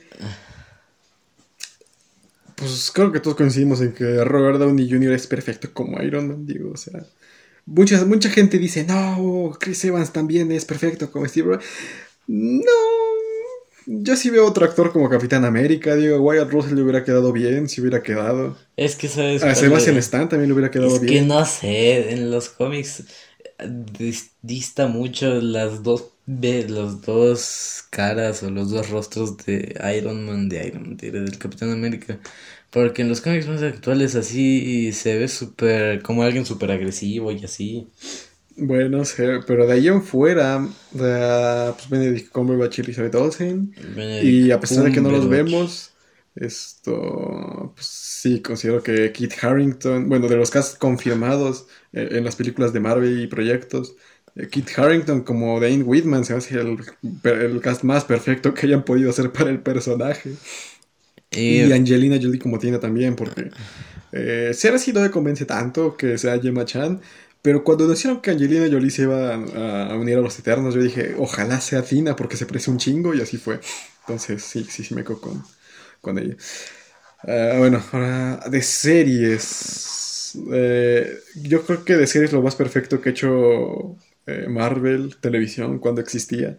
pues creo que todos coincidimos en que Robert Downey Jr. es perfecto como Iron Man, digo, o sea. Mucha gente dice, no, Chris Evans también es perfecto como Steve Rogers. No, yo sí veo otro actor como Capitán América, digo, Wyatt Russell le hubiera quedado bien si hubiera quedado. Es que sabes A cuál Sebastian es. Stan también le hubiera quedado Es que bien. no sé, en los cómics dista mucho los dos caras o los dos rostros de Iron Man, del Capitán América. Porque en los cómics más actuales así se ve súper, como alguien súper agresivo y así. Bueno, sé, pero de ahí en fuera, pues Benedict Cumberbatch y Elizabeth Olsen. Y a Benedict pesar de que no los Cumberbatch. vemos, pues sí, considero que Kit Harington, bueno, de los cast confirmados en las películas de Marvel y proyectos, Kit Harington como Dane Whitman se me hace el cast más perfecto que hayan podido hacer para el personaje. Y Y Angelina Jolie como Tina también, porque Sarah sí no me convence tanto que sea Gemma Chan, pero cuando anunciaron que Angelina Jolie se iba a unir a los Eternos, yo dije, ojalá sea Tina, porque se parece un chingo, y así fue. Entonces, sí me quedo con ella. Bueno, ahora de series. Yo creo que de series lo más perfecto que ha hecho Marvel Televisión cuando existía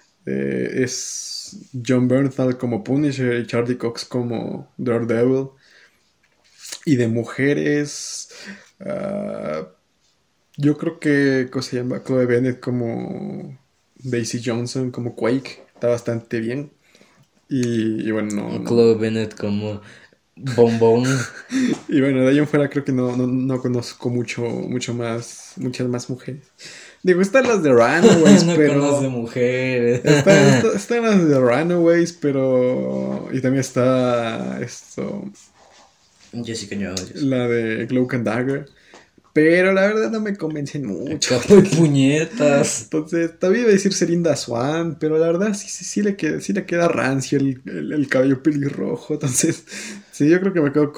es John Bernthal como Punisher y Charlie Cox como Daredevil. Y de mujeres, ah, yo creo que, ¿cómo se llama? Chloe Bennett como Daisy Johnson, como Quake, está bastante bien. Y bueno, no. Chloe Bennett como Bombón. Y bueno, de ahí en fuera creo que no conozco muchas más mujeres. Digo, están las de Runaways, No conoce pero... mujeres. Están las de Runaways, pero... Y también está Jessica Jones. la de Cloak and Dagger. Pero la verdad no me convencen mucho. Capo de puñetas. Entonces, también iba a decir Serinda Swan, pero la verdad sí le queda rancio el cabello pelirrojo. Entonces, sí, yo creo que me quedo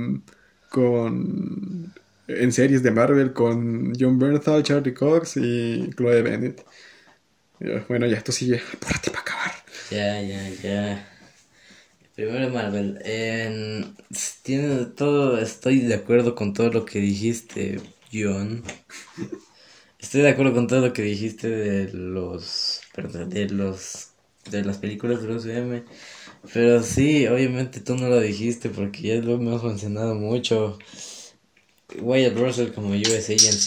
en series de Marvel con John Bernthal, Charlie Cox y Chloe Bennett. Bueno, ya, esto sigue. Apúrate para acabar. Ya. Primero Marvel. Tiene todo. Estoy de acuerdo con todo lo que dijiste, John. Estoy de acuerdo con todo lo que dijiste de las películas de los UCM. Pero sí, obviamente tú no lo dijiste porque ya lo hemos mencionado mucho. Wyatt Russell como US Agent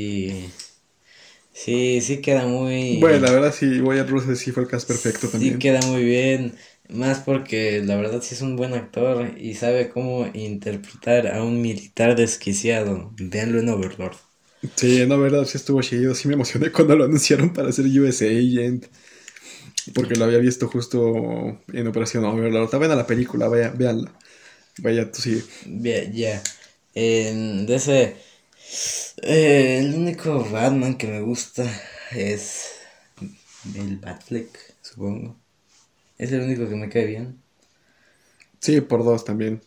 sí queda muy... Bueno, la verdad sí, Wyatt Russell sí fue el cast perfecto Sí también. queda muy bien, más porque la verdad sí es un buen actor y sabe cómo interpretar a un militar desquiciado. Véanlo en Overlord. Sí, no, verdad, sí estuvo chido. Sí me emocioné cuando lo anunciaron para ser US Agent. Porque lo había visto justo en Operación Overlord. Está buena la película, véanla. Vaya, tú sigue. Bien, ya. De ese... el único Batman que me gusta es el Batfleck, supongo. Es el único que me cae bien. Sí, por dos también.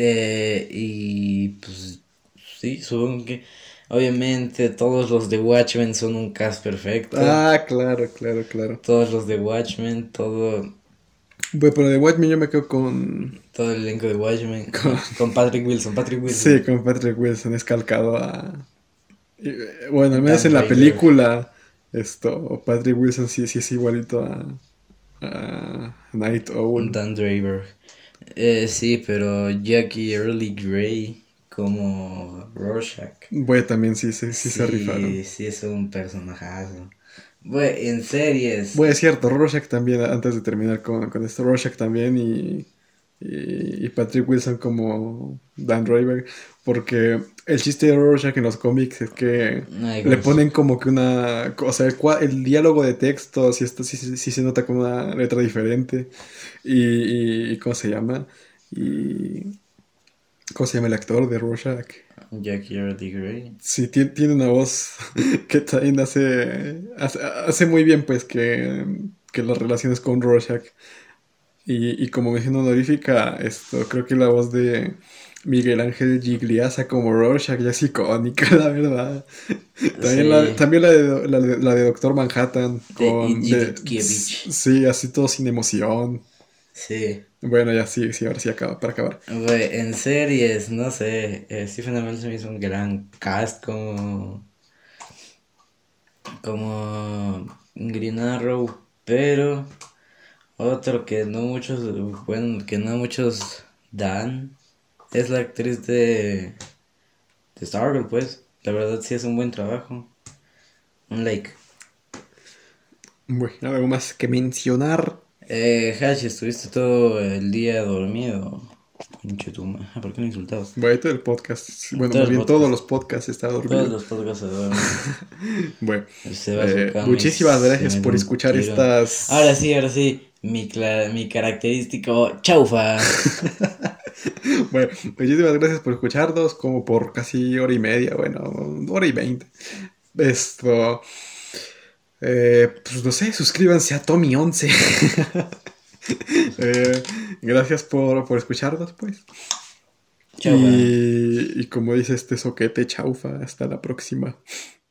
Y pues sí, supongo que obviamente todos los de Watchmen son un cast perfecto. Ah, claro. Todos los de Watchmen, Bueno, pero de Watchmen yo me quedo todo el elenco de Watchmen con Patrick Wilson. Sí, con Patrick Wilson. Es calcado bueno, al menos Dan en la Draper. película, Patrick Wilson sí es igualito a Night Owl. Dan Draper. Sí, pero Jackie Early Grey como Rorschach. Bueno, también sí se rifaron. Sí, es un personajazo. Bueno, en series. Bueno, es cierto, Rorschach también, antes de terminar con esto, Rorschach también y Patrick Wilson como Dan Draper, porque el chiste de Rorschach en los cómics es que Ay, le gosh. ponen como que o sea, el diálogo de texto sí se nota con una letra diferente y ¿cómo se llama? Y ¿cómo se llama el actor de Rorschach? Jackie Early Grey. Sí, tiene una voz que también hace muy bien pues que las relaciones con Rorschach. Y como mención honorífica, creo que la voz de Miguel Ángel Gigliasa como Rorschach ya es icónica, la verdad. También, Sí. también la de Doctor Manhattan. De Con, Iggy sí, así todo sin emoción. Sí. Bueno, ya sí, ahora sí acaba, para acabar. Güey, en series, no sé, Stephen Amell se me hizo un gran cast como Green Arrow, pero otro que no muchos, bueno, que no muchos dan, es la actriz de Stargirl, pues, la verdad sí es un buen trabajo, un like. Bueno, algo más que mencionar. Hash, estuviste todo el día dormido, pinche tu madre, ¿por qué lo insultabas? Bueno, todo el podcast. Bueno, Todo más el bien todos podcast, los podcasts estaba todos dormido. los podcasts se duermen. Bueno, Se va a su cama y muchísimas se gracias mete por un escuchar tiro. estas. Ahora sí, mi característico chaufa. Bueno, muchísimas gracias por escucharnos, como por casi hora y media, bueno, hora y 20. Esto. Pues no sé, suscríbanse a Tommy11. Gracias por escucharnos, pues. Chaufa. Y como dice este soquete, chaufa. Hasta la próxima.